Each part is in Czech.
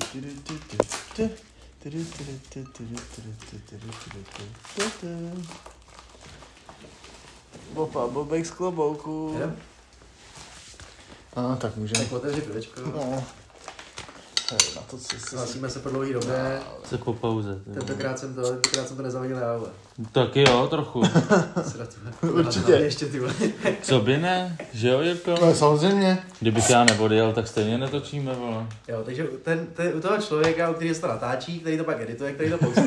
Bopa, bobek z klobouku. Jo? Tak můžeme. Tak otevři pivečko. No. Na to, co Hlásíme se po dlouhý době. Se po pauze. Tentokrát jsem to nezavodil já, ale. Taky jo, trochu. Určitě. Ještě ty vole. Co by ne? Že jo, Jirko? No, samozřejmě. Kdybych já neodjel, tak stejně netočíme, vole. Jo, takže u toho člověka, u kterého se to natáčí, který to pak edituje, který to postuje,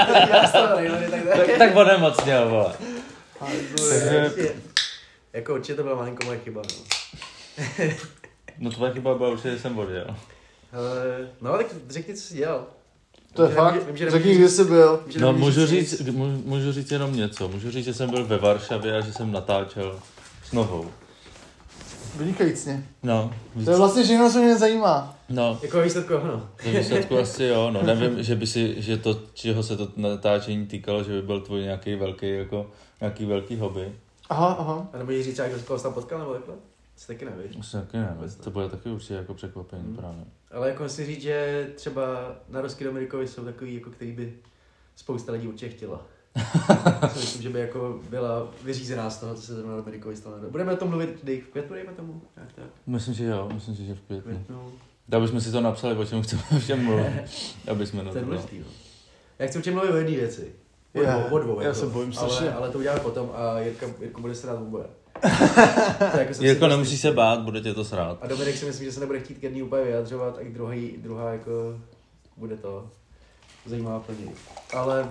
Tak onemocněl, vole. Takže... Jako určitě to byla malinko moje chyba, no. No tvoje chyba byla určitě, že jsem odjel. No, tak řekni, co jsi dělal. To je fakt? Řekni, kde jsi byl. No, můžu říct jenom něco. Můžu říct, že jsem byl ve Varšavě a že jsem natáčel s nohou. Vynikajícně. No. To je vlastně všechno, co mě zajímá. No. Jako výsledku, ano. Ve výsledku asi jo, no. Nevím, že to, čeho se to natáčení týkalo, že by byl tvůj nějaký velký hobby. Aha. A nebo jí říct, jak koho jsi tam potkal, nebo takhle? Jsi taky nevíš. Asi taky nevím, to bude taky určitě jako překvapení právě. Ale jako si říct, že třeba na Rosky Dominikovi jsou takový, jako který by spousta lidí určitě chtěla. Myslím, že by jako byla vyřízená z toho, co se na Dominikovi stalo. Budeme o tom mluvit v květnu, dejme tomu? Tak. Myslím, že jo, že v květnu. Tak bychom si to napsali, o čem chceme všem mluvit, aby jsme to je důležitý, no. Já chci určitě mluvit o jedné věci. O dvou. Já se bojím strašně. Ale to uděláme potom a Jirko bude se rád oboje. Jirko, nemusíš se bát, bude tě to srát. A Dominik si myslím, že se nebude chtít k jedný úplně vyjadřovat, a i druhá jako bude to zajímavá pro něj. Ale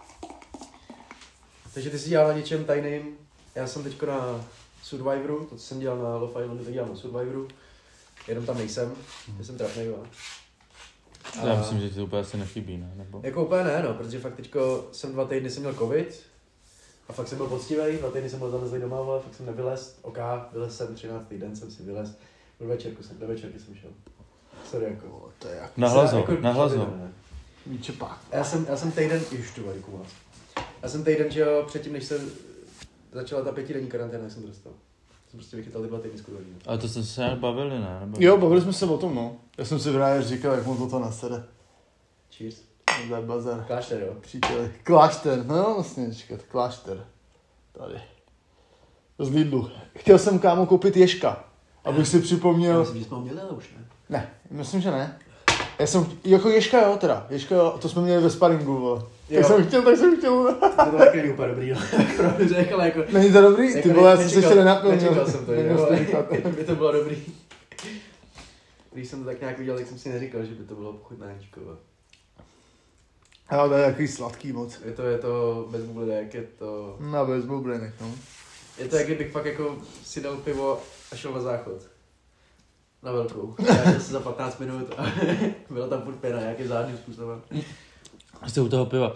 takže ty jsi dělal na něčem tajným. Já jsem teďko na Survivoru, to co jsem dělal na Love Islandu, tak dělám na Survivoru. Jenom tam nejsem, já jsem trapnej. Já myslím, že ti to úplně asi nechybí, ne? Nebo... Jako úplně ne, no, protože fakt teďko jsem 2 týdny jsem měl covid a fakt jsem byl poctivý, 2 týdny jsem byl zamrzlý doma, ale fakt jsem nevylez, vylez jsem 13. den jsem si vylez, do večerky jsem šel. Sorry, jako. To je jako... Na hlazu. Výčepák. Já jsem týden, já jsem týden, že jo, předtím, než se začala ta 5denní karanténa, jak jsem to dostal. Jsem prostě vychytal ty 2 týdny skoro. Ale to jste se nějak bavili, ne? Nebo... Jo, bavili jsme se o tom, no. Já jsem si právě říkal, jak mu to nasede. Cheers. To je bazar. Klášter, jo. Příteli. Klášter, no vlastně říkat, klášter. Tady. Z Lidlu. Chtěl jsem kámo koupit ježka, abych si připomněl... Já myslím, že jsme ho měli, ale už ne. Ne, myslím, že ne. Já jsem, jako ježka jo teda, ježka jo, to jsme měli ve sparingu, vole. Tak jsem chtěl. To bylo taky úplně dobrý, no. Pravdu řekl, ale jako... Není to dobrý? Jako Ty vole, já jsem se ještě nenapil. Nečekal jsem to, jo, by to bylo dobrý. Když jsem to tak nějak viděl, tak jsem si neříkal, že by to bylo chutnáčko. Ale to je takový sladký moc. Je to bez bublinek, je to... No, bez bublinek, no. Je to, jak kdybych fakt jako si dal pivo a šel na záchod. Na velkou. Já se za 15 minut a byla tam furt pěna, nějakým záhadným způsobem. Jste u toho piva.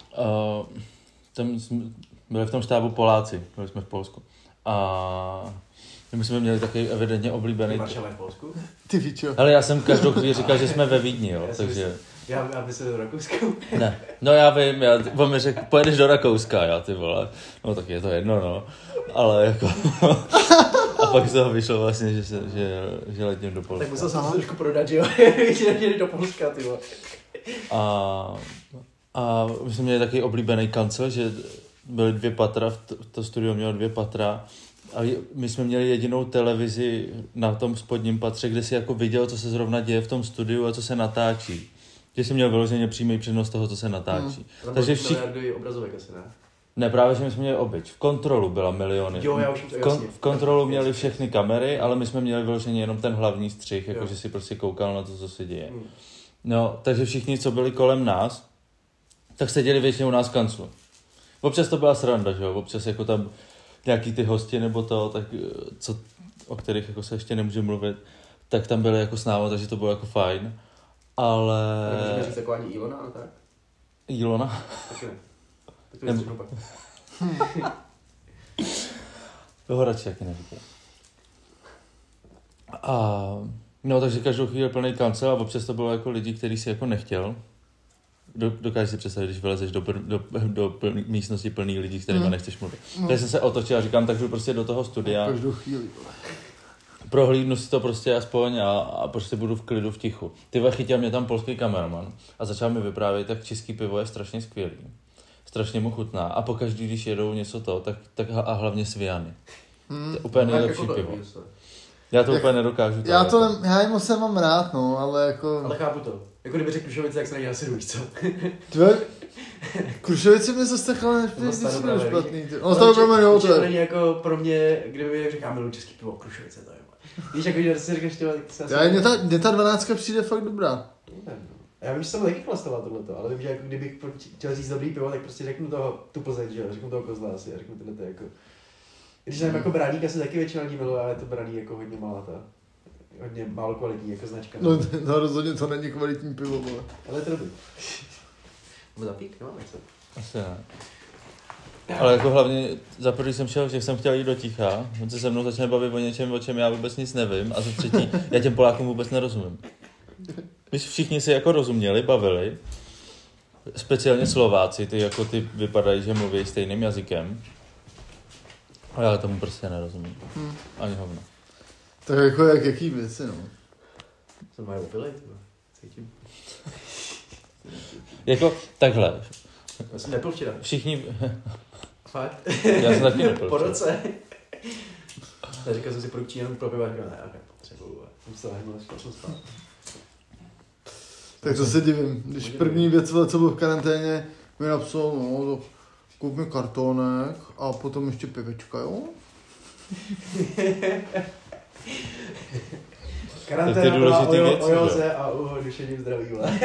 Tam jsme byli v tom štábu Poláci, byli jsme v Polsku. A my jsme měli takový evidentně oblíbený... Varšava je v Polsku? Ty víčo. Ale já jsem každou chvíli říkal, že jsme ve Vídni, jo, takže... Já myslím do Rakousku. Ne, no já vím, on mi řekl, pojedeš do Rakouska, já ty vole, no tak je to jedno, no, ale jako, a pak z toho vyšlo vlastně, že letím do Polska. Tak musel jsem to trošku prodat, že jo, že do Polska, ty vole. A my jsme měli takový oblíbený kancel, že byly 2 patra, to studio mělo 2 patra, a my jsme měli jedinou televizi na tom spodním patře, kde si jako viděl, co se zrovna děje v tom studiu a co se natáčí. Že jsi měl vyloženě přímý přenos toho, co se natáčí. Takže miliardy obrazovek asi, ne? Ne, právě, že my jsme měli obyč. V kontrolu byla miliony. Jo, já už v kontrolu měli všechny kamery, ale my jsme měli vyloženě jenom ten hlavní střih, jakože si prostě koukal na to, co se děje. No, takže všichni, co byli kolem nás, tak seděli většinou u nás v kanclu. Občas to byla sranda, že jo? Občas jako tam nějaký ty hosti nebo to, tak, o kterých jako se ještě nemůže mluvit, tak tam byli jako s námi, takže to bylo jako fajn. Ale... Nemůžeme říct jako ani Ilona, no tak? Ilona? Tak ne. Tak to je pak. Toho radši taky neříkám. No, takže každou chvíli plný kancel a občas to bylo jako lidi, který si jako nechtěl. Dokážeš si představit, když vylezeš do místnosti plný lidí, s kterými nechceš mluvit. Takže jsem se otočil a říkám, tak jdu prostě do toho studia. Každou chvíli. prohlídnu si to prostě aspoň a prostě budu v klidu v tichu. Ty chytil mě tam polský kameraman a začal mi vyprávět, jak český pivo je strašně skvělý. Strašně mu chutná a pokaždý, když jedou něco tak a hlavně Sviany. To je úplně nejlepší pivo. Já to úplně nedokážu. Já jim moc mám rád, no, ale jako... Ale chápu to. Jako kdyby řekl Krušovice, jak se na ně asi víš, co? Krušovice mě zase takhle špatný. No to opravdu jo, to není jako pro mě, kdyby řekl, miluji český pivo, Krušovice, to je. Víš, jako když si řekneš tyhle, tak se asi... Mě ta 12 přijde fakt dobrá. Já vím, že jsem taky chlastoval tohleto, ale vím, že jako kdybych chtěl říct dobrý pivo, tak prostě řeknu toho, tu Plzeň, že jo, řeknu toho Kozla asi, a řeknu tyhle jako... Když jsem jako Braník, asi taky většina lidí miluje, ale je to Braník jako hodně malá ta, hodně málo kvalitní jako značka. No rozhodně to není kvalitní pivo, vole. Ale je to dobrý. Můžu zapík, no, co? Asi ne. Ale jako hlavně, za první jsem šel, že jsem chtěl jít do ticha, on se mnou začne bavit o něčem, o čem já vůbec nic nevím, a za třetí, já těm Polákům vůbec nerozumím. Když všichni si jako rozuměli, bavili, speciálně Slováci, ty vypadají, že mluví stejným jazykem, a já tomu prostě nerozumím. Ani hovno. Tak jako jaký věci, no. Jsem mají opilej, cítím. Jako takhle. Já jsem nepil včera. Všichni... Fakt? Já jsem taky nepil. Po roce. Já říkal jsem si produkční jenom pro pivo, a říkal, ne, já nepotřebuju. Jsem se nahnul, šel jsem spát. Tak to se divím. Když první věc, co byl v karanténě, mi napsal, no, to kup mi kartonek a potom ještě pivečka, jo? Karanténa byla o Joze a o duševním zdraví.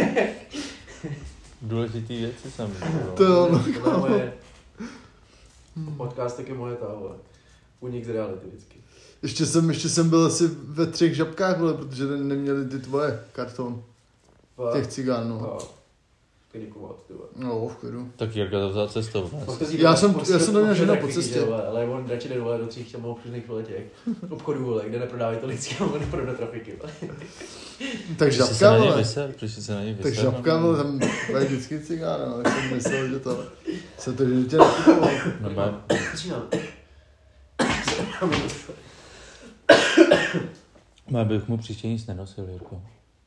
Důležitý věci jsem. To je moje podcast, tak je moje ta, unik z reality vždycky. Ještě jsem byl asi ve 3 žabkách, vole, protože neměli ty tvoje karton. Těch cigánů. No. Děkovat, ty vole. No, v klidu. Tak Jirka to vzal cestou. Já jsem to měl žena po cestě. Ale on radši jde do 3 obchodních těch obchodů, vole, kde neprodávají to lidský, ale neprodá trafiky. Tak žabka, vole. Přišli se na něj Tak žabka, vole, tam mají vždycky cigány, ale jsem myslel, že to se to dítě nekupovalo. Normálně. Má bych mu příště nic nenosil, Jirko.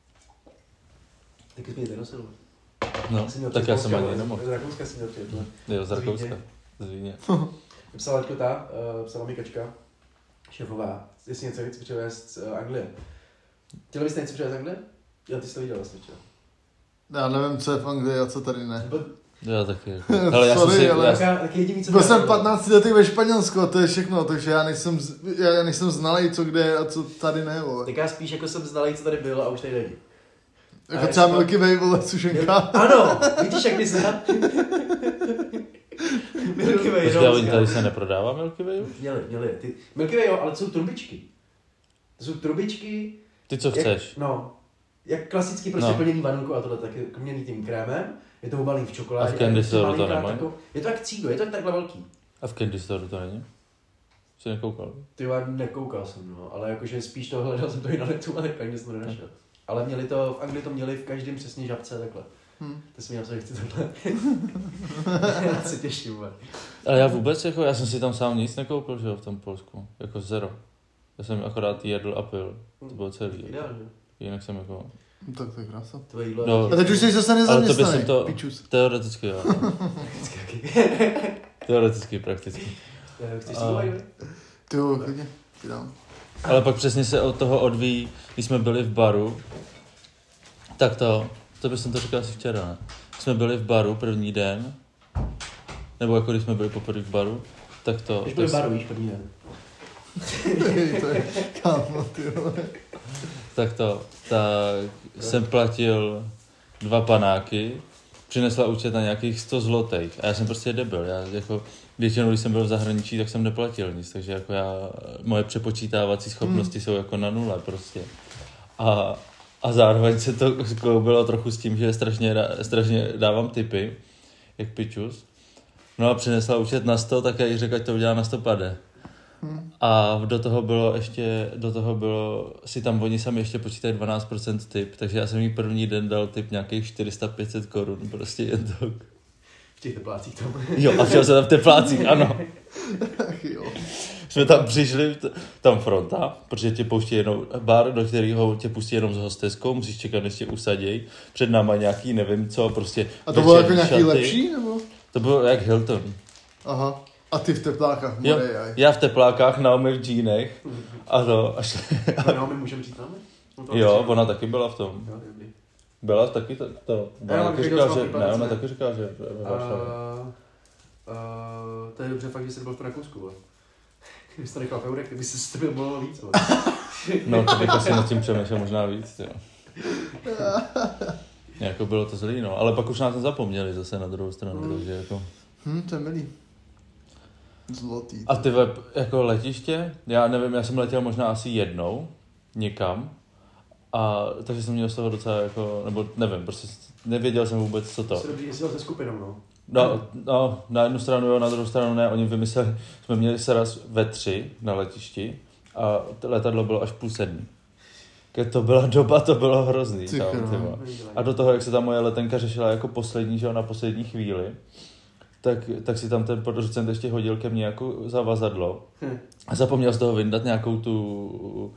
Taky jsi mě nenosil. No, tak já jsem ani nemohl. Z Rakouska si měl přijet. Jo, z Rakouska. Z Vídně. Psala psala mi Kačka, šéfová, jestli něco chci přivést z Anglie. Chtěla bys něco přivést z Anglie? Jo, ty jsi to viděl vlastně, čo? Já nevím, co je v Anglii a co tady ne. Já taky. Ale já jsem si... Taky jediný, co byl jsem 15 letech ve Španělsku a to je všechno, takže já nejsem znalý, co kde je a co tady ne, vole. Tak já spíš jako jsem znalý, co tady bylo a už tady není. Jako třeba Milky Way, vole, sušenka. Ano, vidíš, jak bys znal? Milky Way, Počkej, tady se neprodává Milky Way už? Měli. Milky Way, jo, ale to jsou trubičky. To jsou trubičky... Ty co chceš? No, jak klasicky prostě plněný vanilku a tohle taky plněný tím krémem. Je to obalný v čokoládě. A v Candy Store to nemají? Je to jak cígo, je to takhle velký. A v Candy Store to není? Jsi nekoukal? Ty nekoukal jsem, no, ale jakože spíš to hledal jsem to i na netu, ale nikdy jsem to nenašel. Ale měli to, v Anglii to měli v každém přesně žabce takhle. To jsem měl napsat, že chci tohle. Já se těším, ale. Ale já vůbec, jako, já jsem si tam sám nic nekoupil, že jo, v tom Polsku. Jako zero. Já jsem akorát jedl a pil. To bylo celý. Ideálně. Jinak jsem jako... Tak to je krása. Tvoje jídlo. No, a teď už jsi zase nezaměstnaný, pičus. Teoreticky jo. Teoreticky, prakticky. Chceš si to Ty jo, klidně. Ale pak přesně se od toho odvíjí, když jsme byli v baru, tak to bych jsem to říkal asi včera, ne? Jsme byli v baru první den, nebo jako když jsme byli poprvé v baru, tak to... Když byli v baru, víš, první den. To je kámo, ty vole. Tak jsem platil 2 panáky, přinesla účet na nějakých 100 zlotých a já jsem prostě debil, já jako většinou, když jsem byl v zahraničí, tak jsem neplatil nic, takže jako moje přepočítávací schopnosti jsou jako na nule prostě. A zároveň se to kloubilo trochu s tím, že strašně dávám tipy, jak pičus. No a přinesla účet na 100, tak já jí řekl, ať to udělá na 150. A do toho bylo, si tam oni sami ještě počítají 12% tip, takže já jsem jí první den dal tip nějakých 400-500 korun, prostě jen tak. V těch teplácích tam. Jo, a šel jsem tam v teplácích, ano. Ach jo. Jsme tam přišli, tam fronta, protože tě pouští jenom bar, do kterého tě pustí jenom s hosteskou, musíš čekat, než tě usaděj. Před náma nějaký, nevím co, prostě. A to bylo jako večerní nějaký šaty. lepší, nebo? To bylo jak Hilton. Aha. A ty v teplákách, Jo, modej. já v teplákách, Naomi v džínech. A to, až... A Naomi můžeme říct námi? Jo, ona taky byla v tom. Jo, dobrý. Byla taky to. Já Ona mám taky viděl říkala, jsem že, případ, ne, ona ne? taky říkala, že To je dobře fakt, že jsi byl v Rakousku, vole. Kdybys to nechal v eurech, kdyby se s tebe bylo víc, vole. No, to bych asi nad tím přemýšlel možná víc, jo. Jako bylo to zlý, no. Ale pak už nás nezapomněli zase na druhou stranu, takže jako... To je milý. Zlotý. A ty web, jako letiště, já nevím, já jsem letěl možná asi jednou někam, a takže jsem měl z toho docela jako, nebo nevím, prostě nevěděl jsem vůbec, co to. Jsi dobrý, jsi byl se skupinou, no. No, na jednu stranu jo, na druhou stranu ne, oni vymysleli, jsme měli se raz ve 3 na letišti a letadlo bylo až 6:30. Když to byla doba, to bylo hrozný. Ty Tam, krám. a do toho, jak se ta moje letenka řešila jako poslední, že jo, na poslední chvíli, tak si tam ten producent ještě hodil ke mně jako zavazadlo. A zapomněl z toho vyndat nějakou tu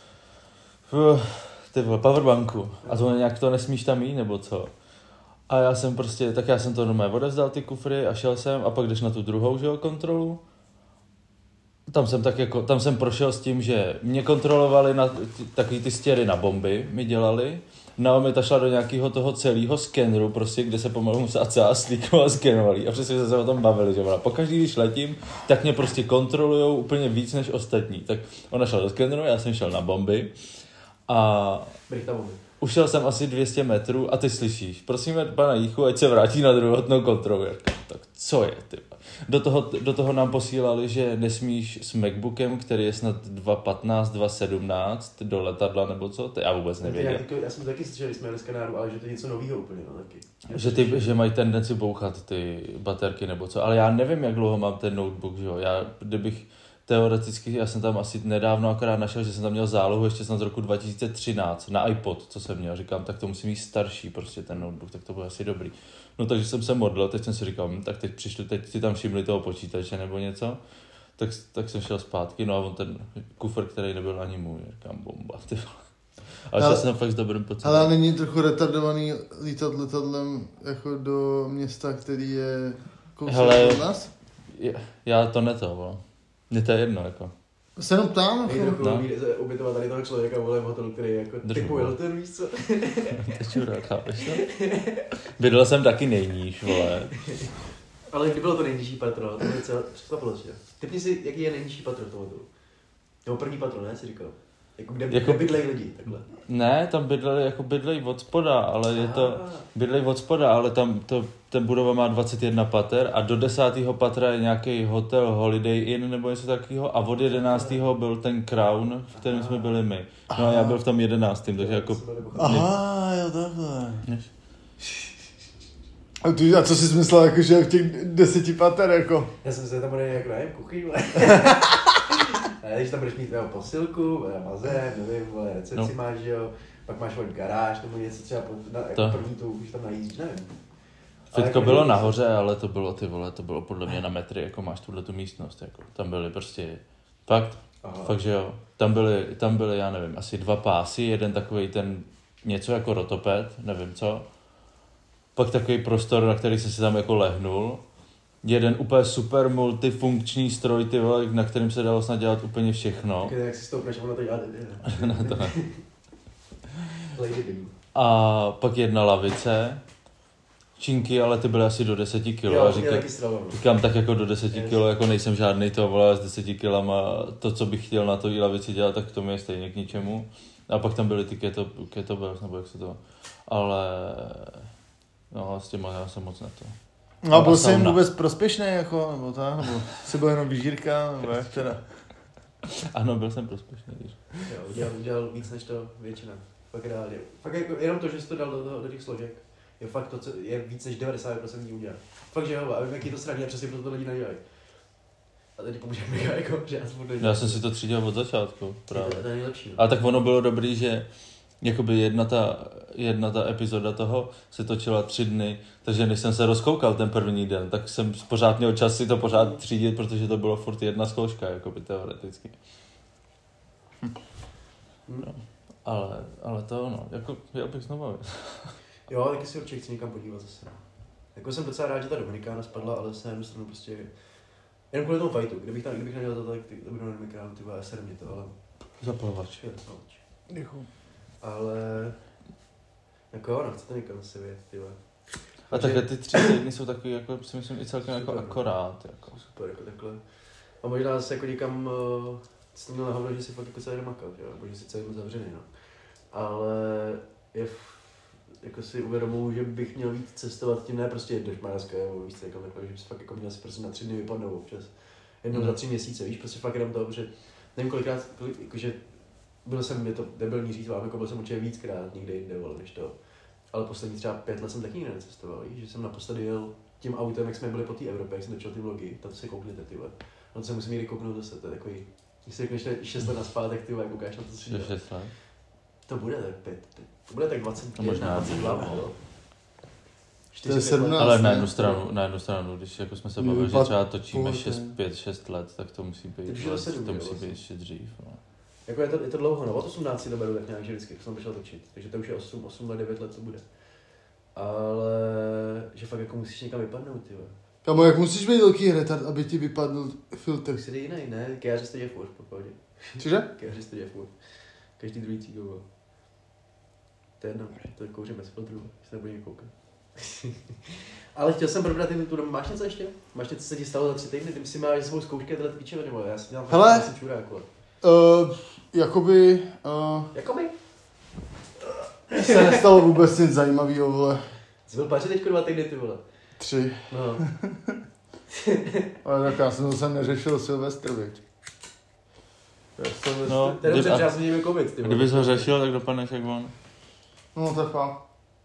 powerbanku. A to nějak to nesmíš tam jít, nebo co? A já jsem prostě, tak já jsem to normálně odevzdal ty kufry a šel jsem a pak jdeš na tu druhou, že jo, kontrolu. Tam jsem prošel s tím, že mě kontrolovali na takový ty stěry na bomby, mi dělali. Naomi ta šla do nějakého toho celého skeneru, prostě, kde se pomalu musela celá slíkovat a skenovali. A přesně jsme se o tom bavili, že ona pokaždý, když letím, tak mě prostě kontrolujou úplně víc než ostatní. Tak ona šla do skeneru, já jsem šel na bomby a ušel jsem asi 200 metrů a ty slyšíš, prosíme pana Jíchu, ať se vrátí na druhotnou kontrolu. Tak co je, ty? Do toho nám posílali, že nesmíš s MacBookem, který je snad 2.15, 2.17 do letadla nebo co, to já vůbec nevěděl. Já jsem to taky slyšel, když jsme jeli z Kanáru, ale že to je něco novýho úplně, no taky. Že mají tendenci bouchat ty baterky nebo co, ale já nevím, jak dlouho mám ten notebook, že jo, teoreticky, já jsem tam asi nedávno akorát našel, že jsem tam měl zálohu ještě snad z roku 2013 na iPod, co jsem měl. Říkám, tak to musí mít starší prostě ten notebook, tak to bylo asi dobrý. No takže jsem se modlil, teď jsem si říkal, tak teď si tam všimli toho počítače nebo něco. Tak jsem šel zpátky, no a on ten kufr, který nebyl ani můj, říkám, bomba, ty vole. Ale šel jsem fakt s dobrým pocitem. Ale není trochu retardovaný lítat letadlem jako do města, který je kousek od nás? Já to vole. Mně to je jedno, jako. Se jenom ptám, jako... No. Ubytovat tady toho člověka, vole, v hotelu, který je jako typu Hilton, víc co? To čurá, chápeš to? Bydlel jsem taky nejníž, vole. Ale kdy bylo to nejnižší patro? To mě celé překvapilo, že? Typni si, jaký je nejnižší patro v tom hotelu. Nebo první patro, ne, si říkal? Kde bydlejí lidi, takhle? Ne, tam bydlejí od spoda, ale je to... Bydlejí od spoda, ale tam ten budova má 21 pater a do 10. patra je nějaký hotel Holiday Inn nebo něco takového a od 11. byl ten Crown, v kterém jsme byli my. No a já byl v tom 11. takže jako... Aha, jo, takhle. A co jsi myslel, jako, že v těch 10 pater, jako? Já jsem se tam bude nějak najem kuchyň, když tam budeš mít tvého posilku, bazén, nevím, recepci máš, jo, pak máš garáž, nebo něco třeba jako první tu už tam najízdíš, nevím. Fitko bylo nahoře, ale to bylo, ty vole, to bylo podle mě na metry, jako máš tuhletu místnost, jako. Tam byly prostě, fakt, že jo. Tam byly, já nevím, asi 2 pásy, jeden takovej ten, něco jako rotoped, nevím co. Pak takový prostor, na který jsem si tam jako lehnul. Jeden úplně super multifunkční stroj, ty vole, na kterým se dalo snad dělat úplně všechno. Jak si stoupneš, ono to dělá A pak jedna lavice, činky, ale ty byly asi do 10 kg. Jo, říkám tak jako do 10 kg, jako nejsem žádnej to, vole, s 10 kilama, to, co bych chtěl na to lavici dělat, tak to mi je stejně k ničemu. A pak tam byly ty kettlebells, nebo jak se to, ale no, s těma já jsem moc na to. No a byl jsi jim vůbec prospěšný, jako, nebo tak, nebo jsi byl jenom vyžírka, nebo jak teda? Ano, byl jsem prospěšný. Jo, udělal víc než to většina. Fakt reálně. Fakt jako, jenom to, že jsi to dal do těch složek, je fakt to, co je víc než 90% lidí udělá. Fakt, že jo, a vím, jaký to sraní a přesně proto to lidi nedělají. A teď pomůžeme mega, jako, že já jsem Já jsem si to třídil od začátku, právě. To je nejlepší. A tak ono bylo dobrý, že jakoby jedna ta epizoda toho se točila 3 dny, takže než jsem se rozkoukal ten první den, tak jsem pořád měl čas si to pořád třídit, protože to bylo furt jedna zkouška, jakoby teoreticky. No, ale to no, jako já bych znovu. Jo, taky si určitě chci někam podívat zase. Jako jsem docela rád, že ta Dominikána spadla, ale se na jednu stranu prostě... Jenom kvůli tomu fightu, kdybych nedělal to, tak to budu na Dominikánu, ty vole, sere mě to, ale... Zapalovač. Děkuju. Ale... Jako jo, no, chcete někam se vyjet, ty vole. A takhle ty 3 týdny jsou takový, jako si myslím, i celkem jako akorát. Jako. Super, jako takhle. A možná zase jako někam... Jsi měl nahovno, že si fakt jako celý domakal, jo, nebo že jsi celý zavřený, no. Ale jako si uvědomuji, že bych měl víc cestovat tím, ne prostě do Španělska, nebo víc jako takhle, že bys fakt jako měl si prostě na 3 dny vypadnout občas. Jednou za 3 měsíce, víš, prostě fakt jenom to, protože nevím kolikrát, jakože byl jsem, je to debilní říct vám, jako byl jsem určitě víckrát někde jinde, než to. Ale poslední třeba 5 let jsem taky nikde necestoval, víš, že jsem naposledy jel tím autem, jak jsme byli po té Evropě, jak jsem točil ty vlogy, tam se koukněte, ty vole. No to se musím někdy kouknout zase, to je takový, když si řekneš 6 let naspátek, ty vole, koukáš na to, co 6 let? To bude tak 5, to bude tak 20, možná 22, no. To je 17, ale na jednu stranu, když jako jsme se bavili, že třeba točíme 5-6 let, tak to musí být, to musí být ještě dřív. No. Jako je to dlouho, no, od 18 to beru tak nějak, že vždycky, jsem začal točit, takže to už je 8 let, 9 let to bude. Ale, že fakt jako musíš někam vypadnout, ty vole. Kamo, jak musíš být velký retard, aby ti vypadl filtr? Jsi jiný, ne, kéři to děje furt, po pohodě. Cože? Kéři to děje furt. Každý druhý cíl, to je jedno, to kouřím bez filtru, že se nebudeme koukat. Ale chtěl jsem probrat tu domu. Máš něco ještě? Máš něco, co se ti stalo za 3 týdny? Ty si máš svou zkoušky tyhle píčové, nebo já si dělám hele, čurák, jakoby... Jakoby? Se nestalo vůbec nic zajímavého, vole. Jsi byl paři teďko 2 týdny, ty vole. 3. No. Ale tak já jsem zase neřešil Silvestr, viď. No, to je dobře, že já jsem měl covid, ty vole. Kdybys ho řešil, tak dopadneš jak on. No to je fakt.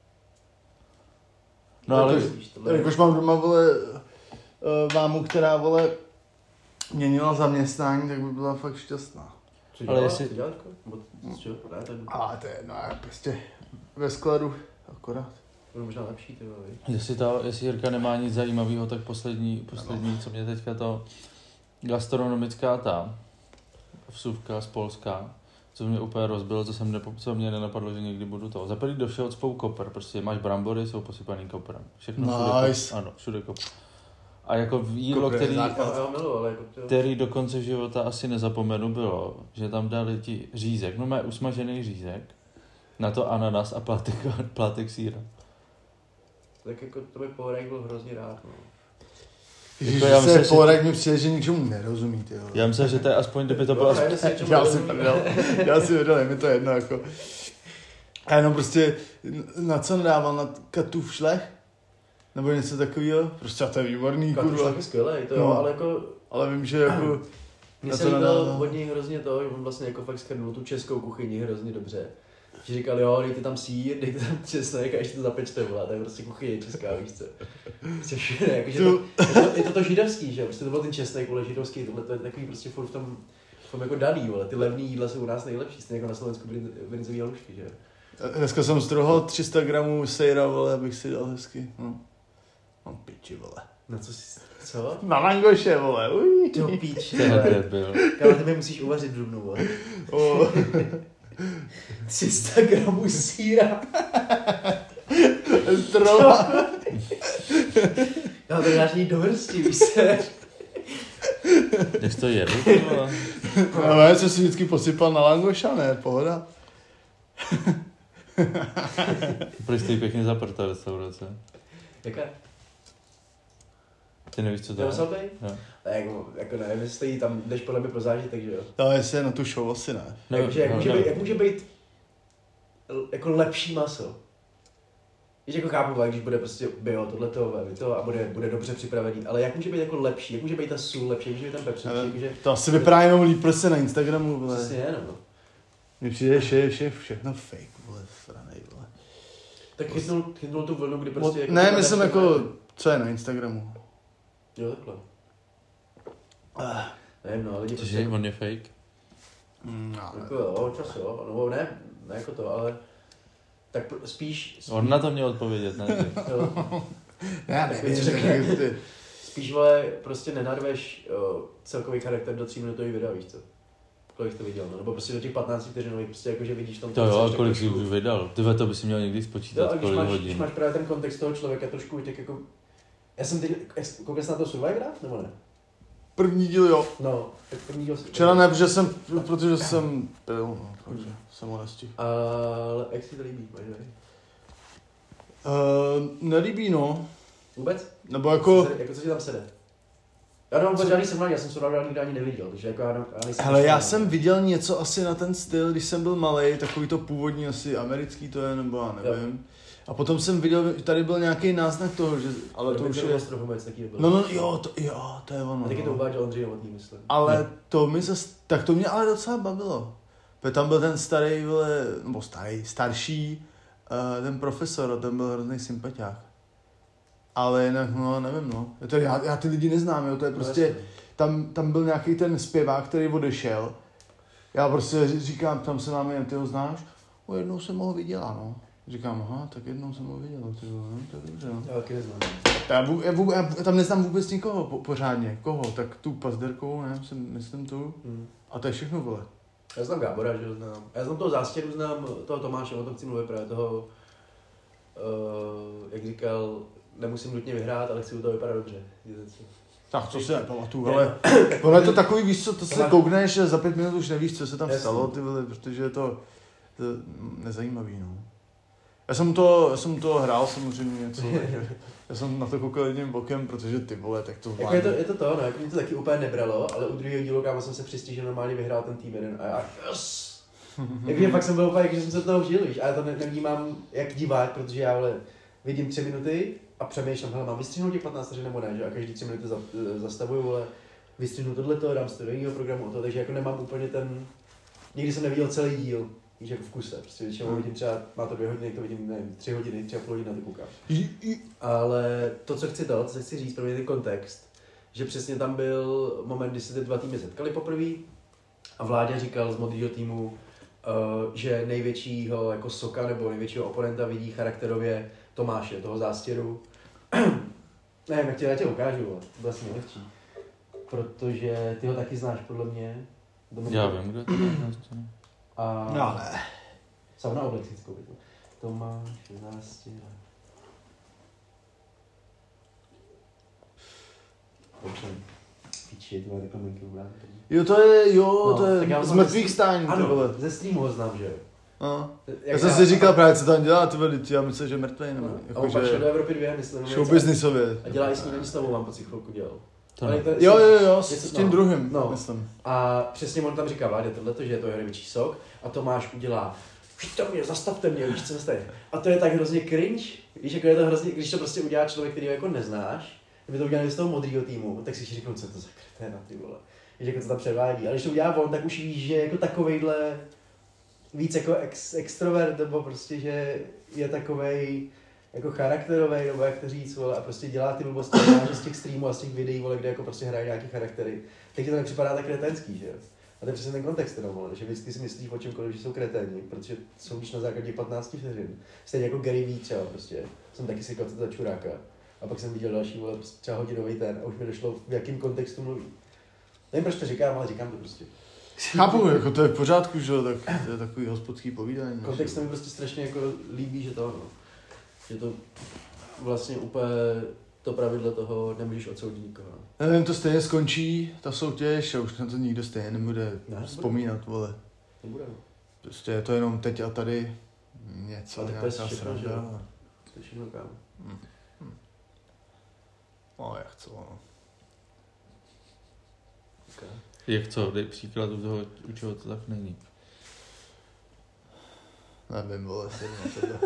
No ale... Jakož mám doma, vole, mámu, která, vole, měnila zaměstnání, tak by byla fakt šťastná. Co dělá? Ale jestli... Co dělá, jako? Ale to je jedno, prostě ve skladu, akorát. To je možná lepší, ty vole. Jestli Jirka nemá nic zajímavého, tak poslední, co mě teďka to gastronomická ta vsuvka z Polska, co mě úplně rozbilo, co mě nenapadlo, že někdy budu to. Zapadit do všeho cpou kopr, prostě máš brambory, jsou posypaný koprem. Všechno nice. Ano, všude kopr. A jako jídlo, který do konce života asi nezapomenu, bylo, že tam dali ti řízek, no má usmažený řízek, na to ananas a plátek sýra. Tak jako to by Pohorek byl hrozně rád, no. Ježiš, Pohorek mi přijde, že ničemu nerozumí, ty jo. Já myslím, že to je aspoň, kdyby to bylo... Já si věděl, je mi to jedno, jako. A jenom prostě, na co nadával, na Katův šlech? Nebo něco takového? Prostě to je výborný, kurva. Katův šlech je skvělej, to jo, no, ale jako... Ale vím, že jako... Mně se líbilo od něj hrozně to, že on vlastně jako fakt skrnul tu českou kuchyni hrozně dobře. Že říkal, jo, dejte tam sýr, dejte tam česnek a ještě to zapečte, vole, to je prostě kuchyně česká, víš co. Prostě všude, jakože je to židovský, že jo, prostě to byl ten česnek, vole, židovský, tohle to je takový prostě furt v tom jako daný, vole, ty levný jídla jsou u nás nejlepší, stejně jako na Slovensku brinzový halušky, že jo. Dneska jsem strhal 300 gramů sejra, vole, abych si dal hezky, no. Mám piči, vole. Na co jsi, co? Na langoše, vole, uj. Ty píč, vole. Kámo, ty mi musíš uvařit v dubnu, vole. 300 gramů sýra. Trova. Já to dáš ní do hrsti, víš se. Jak to jedu? No, já jsem si vždycky posypal na langoša, ne, pohoda. Proč jsi pěkně zaprt ta restaurace? Jaká? Ty nevíš, co to je? No. Jako nevím, jestli tam jdeš podle mě pro zážitek, že jo? No, jestli na tu show asi ne. Jak může být jako lepší maso? Víš, jako chápu, když bude prostě bio, tohleto a bude dobře připravený, ale jak může být jako lepší? Jak může být ta sůl lepší? Jak může být ten pepř lepší? Jakože... To asi vypadá jenom líp prostě na Instagramu, vole. Přesně, no. Mně přijde, že je všechno fake, vole, stranej, vole. Tak chytnul tu vlnu, kdy prostě... Jako ne, myslím jako, co je na Instagramu. Jo, takhle. Nevím, no, lidi on je fake? No, jako jo, čas jo, no ne jako to, ale Tak spíš... On na to měl odpovědět, ne? Já nevím, spíš, vole, prostě nenarveš celkový charakter do 3-minutový videa, víš co? Kolik jsi to viděl, no? Nebo prostě do těch 15 vteřinových, prostě jakože vidíš v tom... To jo, a kolik jsi už vydal? Tyhle to by si měl někdy spočítat, no, kolik hodin. Když máš právě ten kontext toho člověka trošku tak jako... Já jsem teď... Koukal jsi na to Survivora, nebo ne? První díl, jo. No, tak první díl... Včera ne, protože jsem pil, no, takže jsem ho nestihl. Ale jak si to líbí, máš nelíbí, no. Vůbec? Nebo jako... Jako co ti tam sede? Já nemám vůbec žádný srovnání, já jsem Survivora nikdy ani neviděl, takže jako já nejsem... Hele, já jsem viděl něco asi na ten styl, když jsem byl malej, takový to původní asi americký to je, nebo já nevím. Jo. A potom jsem viděl, tady byl nějaký náznak toho, že... Ale to už je... No, to je ono. A taky to uváděl Ondřej Novotný, myslím. Ale to mi zase... Tak to mě ale docela bavilo. Protože tam byl ten starý, nebo starší, ten profesor, a ten byl hrozný sympatiák. Ale jinak, no, nevím, no. Já ty lidi neznám, jo, to je prostě... Tam byl nějaký ten zpěvák, který odešel. Já prostě říkám, tam se máme jen, ty ho znáš? Jednou jsem ho viděla, no. Říkám, aha, tak jednou jsem ho viděl, ty no, to je dobře, no. Já taky neznám. Já tam neznám vůbec nikoho pořádně. Koho? Tak tu Pazderkovou, ne, myslím tu. A to je všechno, vole. Já znám Gábora, že ho znám. Já znám toho Zástěru, znám toho Tomáše, o tom chci mluvit právě toho, jak říkal, nemusím nutně vyhrát, ale chci u toho vypadat dobře. Tak to si nepamatuju, ale ono je to takový, víš co, to se koukneš, že za 5 minut už nevíš, co se tam stalo, ty vole, protože je to nezajímavý, no. Já jsem to hrál samozřejmě něco, takže já jsem na to koukal jedním bokem, protože ty vole, tak to jako je to, no, jako mě to taky úplně nebralo, ale u druhého dílu kámo jsem se přistil, že normálně vyhrál ten tým jeden a já yes! Jakože fakt jsem byl úplně, že jsem se toho vžil, víš, a já to nevnímám jak divák, protože já vole, vidím 3 minuty a přemýšlím, hele, mám vystřihnout těch 15 vteřin nebo ne, že a každý 3 minuty zastavuju, vole, vystřihnu tohleto, dám si to do jiného programu o to, takže jako nemám úplně ten, nikdy jsem neviděl celý díl. Víš, jako v kuse, prostě většinou vidím třeba, má to 2 hodiny, to vidím, nevím, 3 hodiny, 3,5 hodiny na to koukám. Ale to, co chci říct, pro mě ten kontext, že přesně tam byl moment, kdy se ty 2 týmy setkali poprvé a Vláďa říkal z modrýho týmu, že největšího jako soka nebo největšího oponenta vidí charakterově Tomáše, toho Zástěru. Nevím, jak já tě ukážu, to bude asi nejlepší. Protože ty ho taky znáš, podle mě. Já vím, kdo to je. A... No ne. Sauna Oblexickou bytu. Tomáš Zástěra. Dobře. Píči, ty máte takhle menky ubrát. Jo, to je z mrtvých stání. Ano, ze streamu ho znám, že jo. No. Já jsem si říkal právě, co tam dělá, ty vole, já myslím, že je mrtvej, nebo jako, a on šel do Evropy 2, myslím. Showbiznisově. A dělá i snídaní s tebou, mám pocit, chvilku dělal. Jo, s tím druhým, myslím. A přesně on tam říká Vládě tohleto, že je to největší sok a Tomáš udělá víte mě, zastavte mě, víš co zastavit. A to je tak hrozně cringe, víš, jako je to hrozně, když to prostě udělá člověk, který ho jako neznáš, kdyby to udělal z toho modrýho týmu, tak si řeknu, co je to za kreténa, ty vole. Víš, jako to tam předvádí, ale když to udělá on, tak už víš, že jako takovejhle víc jako extrovert, nebo prostě, že je takovej jako charakterový, nebo jak to říct, vole, a prostě dělá ty blbosti z těch streamů a z těch videí, vole, kde jako prostě hraje nějaký charaktery, tak ti to nepřipadá tak kretenský, že jo? A to je přesně ten kontext, teda, vole, že vždycky si myslíš o čemkoliv, že jsou kreténi, protože jsou když na základě 15 vteřin. Stejně jako Gary Vee třeba, prostě, jsem taky si říkal, co to za čuráka. A pak jsem viděl další, vole, třeba hodinový ten a už mi došlo, v jakém kontextu mluví. Nevím, proč to říkám, ale říkám to prostě. Chápu, jako to je v pořádku, že jo, tak to je takový hospodský povídání. Kontext mi prostě strašně jako líbí, že to, no. Že to vlastně úplně to pravidlo toho nemůžeš odsoudit nikoho. Nevím, to stejně skončí, ta soutěž a už na to nikdo stejně nebude vzpomínat, vole. Nebude. Prostě je to jenom teď a tady něco, nějaká sranda. To je všechno, kámo. No, jak co, no. Okay. Jak co, dej příklad u toho, u čeho to tak není. Nevím, vole, se to.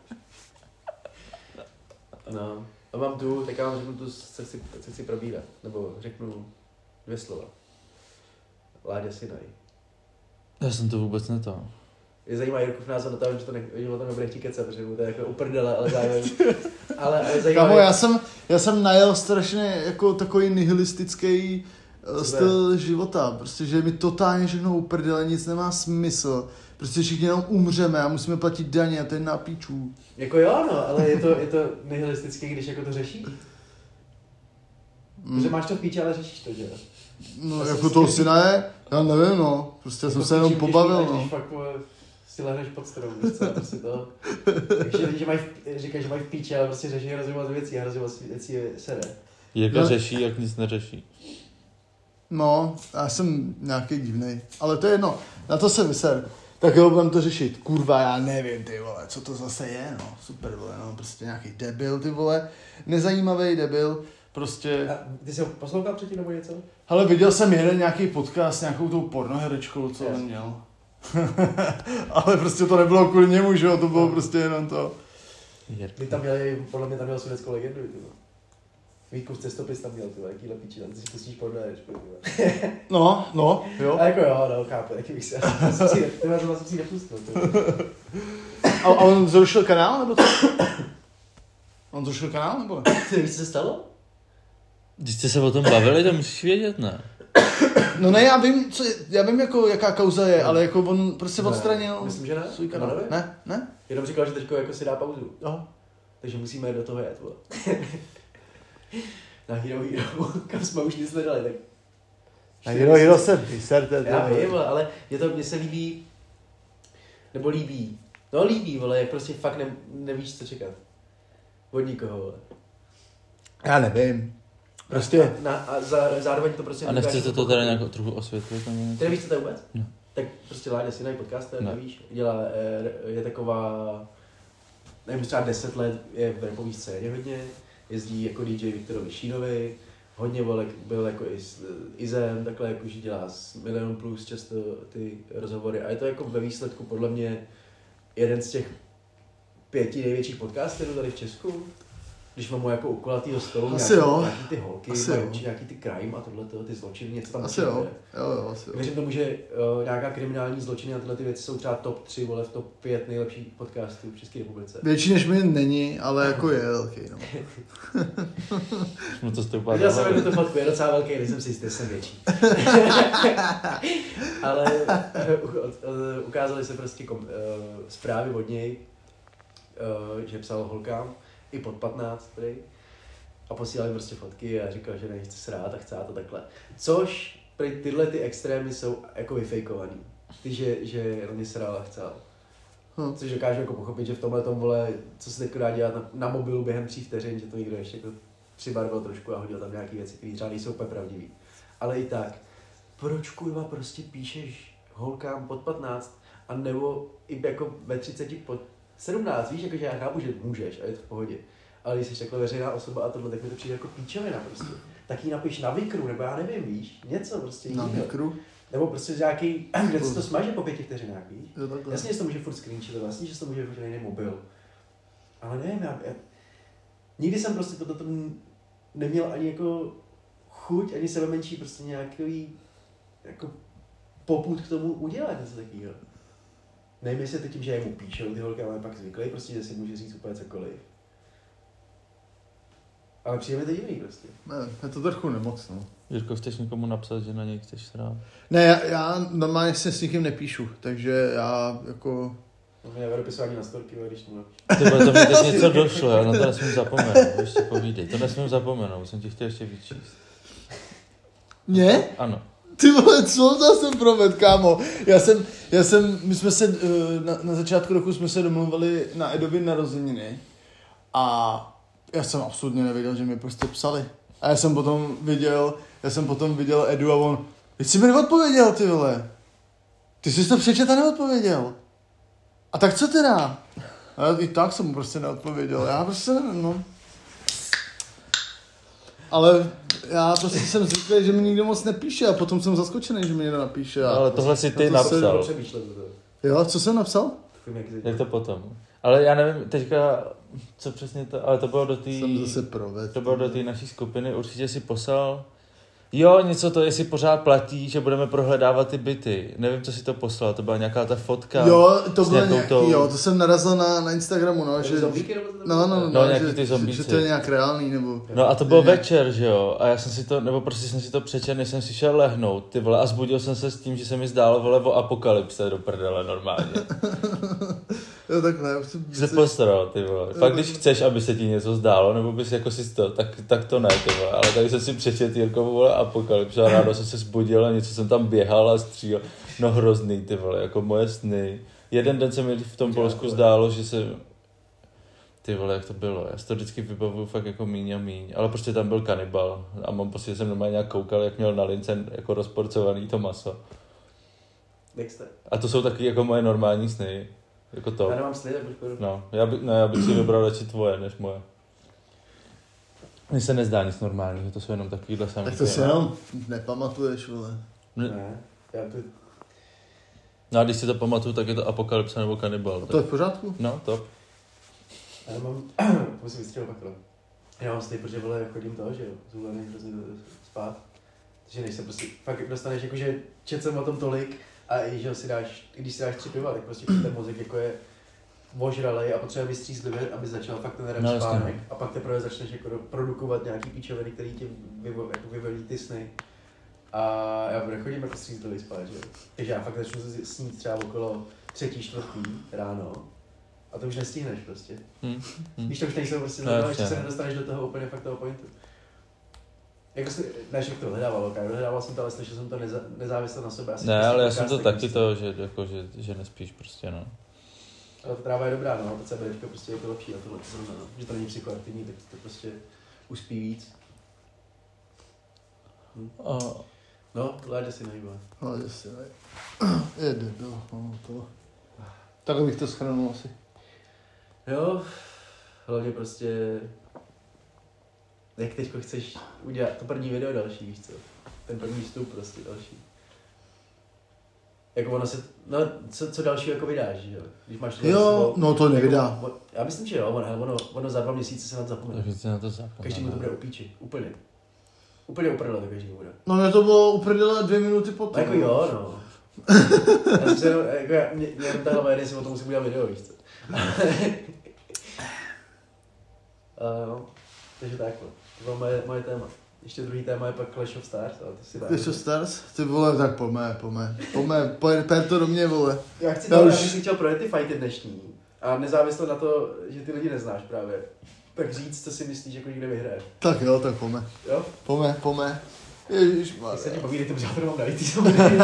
No, a mám tu, tak já vám řeknu tu, co chci probírat, nebo řeknu 2 slova. Láďa Sinaj. Já jsem to vůbec netal. Je zajímá Jirkův názor na to, že o tom nebude chtít kecat, protože mu to je jako uprdele, ale zároveň. ale zajímá. Kámo, já jsem najel strašně jako takový nihilistický styl života, prostě, že mi totálně všechno uprdele, nic nemá smysl. Prostě všichni jenom umřeme a musíme platit daně a to je na píčů. Jako jo, no, ale je to nihilistické, když jako to řešíš. Protože máš to v píči, ale řešíš to, že jo? No asi jako to asi ne, já nevím no, prostě jako jsem se jenom pobavil no. Když fakt si lehneš pod strom, co, prostě to. Takže lidi říkají, že mají v píči, ale prostě řeší hrozně moc věcí a hrozně moc věcí se ne. Jak řeší, jak nic neřeší. No, já jsem nějaký divnej, ale to je jedno, na to se vyser. Tak jo, budeme to řešit. Kurva, já nevím, ty vole, co to zase je, no, super, vole, no, prostě nějaký debil, ty vole, nezajímavý debil, prostě... A ty jsi ho poslouchal předtím nebo něco? Hele, viděl jsem jeden nějaký podcast s nějakou tou pornoherečkou, co on měl. Ale prostě to nebylo kvůli němu, že jo, to bylo prostě jenom to. Ty tam měli, podle mě tam měl sudeckou legendu, ty vole. Vítku z Cestopis tam měl, ty vole, jaký lepíči, tam ty si pustíš pornoherečku, ty vole. No, jo. A jako jo, no, chápu, taky bych se, tyhle to jsem si nepustil, ty vole. A on zrušil kanál, nebo co? On zrušil kanál, nebo ne? Ty víš, co se stalo? Když jste se o tom bavili, to musíš vědět, ne? No ne, já vím jako, jaká kauza je, ale jako on prostě odstranil myslím, že ne? svůj kanál. Ne? Jenom říkal, že teďko jako si dá pauzu. Jo. Takže musíme do toho jet, vole. Na Hero, kam jsme už nic nedali, tak... Na Hero se vyserte. Já vím, vole, ale mně se líbí, nebo líbí. No líbí, vole, jak prostě fakt nevíš, co čekat. Od nikoho, vole. Já nevím. Prostě... Zároveň to prostě... A nechcete to teda nějak trochu osvětlit? Ty nevíš, co to je vůbec? No. Tak prostě Láďa si najít podcast, No. nevíš, je taková, nevím, třeba 10 let je v rapové scéně hodně, jezdí jako DJ Viktorovi Šínovi, hodně byl jako i s Izem, takhle jakože dělá s Milion Plus často ty rozhovory a je to jako ve výsledku podle mě jeden z těch 5 největších podcastů tady v Česku. Když mám jako u kulatýho stolu nějaký ty holky, nějaký ty crime a tohleto, ty zločiny, něco tam asi jo, asi jo. Věřím tomu, že nějaká kriminální zločiny a tyhle ty věci jsou třeba top 3, vole, v top 5 nejlepších podcastů v České republice. Větší než mi není, ale jako je velký, no. No to jste úplně viděl jsem tu fotku, je docela velký, nejsem si jistý, jsem větší. Ale ukázali se prostě zprávy od něj, že psal holkám, i pod 15 tady, a posílali prostě fotky a říkal, že nechce srát a chce to takhle. Což tyhle ty extrémy jsou jako vyfejkovaný. Ty, že na ně srál a chcel. Což dokážu jako pochopit, že v tomhle tom, vole, co se teď dá dělat na mobilu během 3 vteřin, že to někdo ještě jako přibarvil trošku a hodil tam nějaký věci, které třeba nejsou úplně pravdivý. Ale i tak, proč kurva prostě píšeš holkám pod 15 a nebo i jako ve 30 pod 17, víš, jakože já chápu, že můžeš a je to v pohodě. Ale když jsi takhle veřejná osoba a tohle, tak mi to přijde jako píčovina prostě. Tak ji napiš na Vikru, nebo já nevím, víš, něco prostě jiného. Na Vikru? Nebo prostě nějaký, kde se to smaže po 5 vteřinách, víš? Jasně, že to může furt screenshot, jasně, že to může furt jiný mobil. Ale nevím, já nikdy jsem prostě toto neměl ani jako chuť, ani sebe menší prostě nějaký jako popud k tomu udělat něco takového. Nevím, jestli to tím, že mu píšou ty holky, ale pak zvyklý, prostě, že si může říct úplně cokoliv. Ale přijde mi to divný prostě. Ne, je to trochu nemoc, no. Jirko, chceš někomu napsat, že na něj chceš srát? Ne, já normálně se s nikým nepíšu, takže já jako... No mě nevypisování na storky, když mu napíšu. To mi teď něco došlo, já na to nesmím zapomenout, ještě povídej, to nesmím zapomenout, jsem ti chtěl ještě vyčíst. Mě? Ano. Ty vole, co to jsem provedl, kámo? My jsme se, na začátku roku jsme se domluvili na Edovy narozeniny a já jsem absolutně nevěděl, že mi prostě psali. A já jsem potom viděl Edu a on, teď jsi mi neodpověděl, ty vole. Ty jsi to přečet a neodpověděl. A tak co teda? A já i tak jsem mu prostě neodpověděl, já prostě nevím, no. Ale já prostě jsem zvyklý, že mi nikdo moc nepíše a potom jsem zaskočený, že mi někdo napíše. A ale tohle si ty napsal. Jo, co jsem napsal? Jak to potom? Ale já nevím, teďka, co přesně to, ale to bylo do té... Jsem zase provedl. To bylo do té naší skupiny, určitě si poslal Jo, něco to, jestli pořád platí, že budeme prohledávat ty byty. Nevím, co si to poslal, to byla nějaká ta fotka. Jo, to bylo nějaký, jo, to jsem narazil na Instagramu, no, že... No, nějaký ty zombíci. Že to je nějak reálný, nebo... No a to byl večer, že jo, a já jsem si to, nebo prostě jsem si to přečetl, než jsem si šel lehnout, ty vole, a zbudil jsem se s tím, že se mi zdálo, vole, o apokalypse do prdele normálně. Jo, takhle. Se postaral, ty vole. Fakt, když chceš, aby se ti něco zdálo, nebo bys jako si to, tak to ne, ty vole. Ale tady jsem si přečetl Jirkovu, vole, apokalypse a ráno jsem se zbudil a něco jsem tam běhal a střílel. No hrozný, ty vole, jako moje sny. Jeden den se mi v tom Polsku zdálo, že se... Ty vole, jak to bylo, já si to vždycky vybavuju fakt jako míň a míň, ale prostě tam byl kanibal a mám pocit, že jsem normálně nějak koukal, jak měl na lince jako rozporcovaný to maso. Dexter. A to jsou taky jako moje normální sny, jako to. Já nemám sny, tak buď No, já bych si vybral radši tvoje, než moje. Mně se nezdá nic normálního, to jsou jenom takovýhle samý. Tak to si jenom nepamatuješ, vole. Ne, já to... No a když si to pamatuju, tak je to apokalypsa nebo kanibal. To je v pořádku? No, top. Já mám, musím vystřelit pak, já mám sny, protože vole, chodím toho, že jo, zůlený hrozně spát. Takže než se prostě, fakt dostaneš, jakože četl jsem o tom tolik a i, že si dáš, i když si dáš 3 piva, tak prostě ten mozek jako je ožralej a potřebuje vystřízlivě, aby začal fakt ten REM spánek a pak teprve začneš jako produkovat nějaký píčoviny, který ti vyvolí ty sny. A já nechodím jako střízlivý spát, že jo. Takže já fakt začnu snít třeba okolo 3:00, 4:00 ráno. A to už nestihneš prostě. Víš, to už nejsou prostě, ještě se nedostaneš do toho úplně fakt toho pointu. Jako si, než jak to hledával jsem to, ale slyšel jsem to nezávisle na sobě. Ne, ale já jsem to taky to, že, jako, že nespíš prostě, no. Ale ta tráva je dobrá, no, to CBDčko prostě je to lepší a tohle zrovna, no. Že to není psychoaktivní, tak to prostě uspí víc. No, Láďa si nejde. Láďa si nejde. Jede, to. Tak bych to shrnul asi. Jo, hlavně prostě, jak teďko chceš udělat to první video další, víš co? Ten první vstup prostě další. Jako ono se, no co dalšího jako vydáš, že jo? Když máš jo, no to nevydá. Jako, já myslím, že jo, ono za 2 měsíce se na to zapomene. Každý mu to bude upíči, úplně. Úplně uprdele to každý bude. No mě to bylo uprdele 2 minuty potom. No, jako jo, no. Já jsem se jenom, jako mě ta hlava jede, jestli o tom musím udělat video, víš co? No, takže takhle. To bylo moje téma. Ještě druhý téma je pak Clash of Stars, ale to si dáme. Clash of Stars? Ty vole, tak pojďme, pojď to do mě, vole. Já chci to, už... si chtěl projet ty fighty dnešní. A nezávisle na to, že ty lidi neznáš právě, tak říct, co si myslíš, jako někde vyhraje. Tak jo, tak pojďme. Jo? Pojďme. Ježišmarja. Tak se ti povídej, to přátelé mám najít, samozřejmě.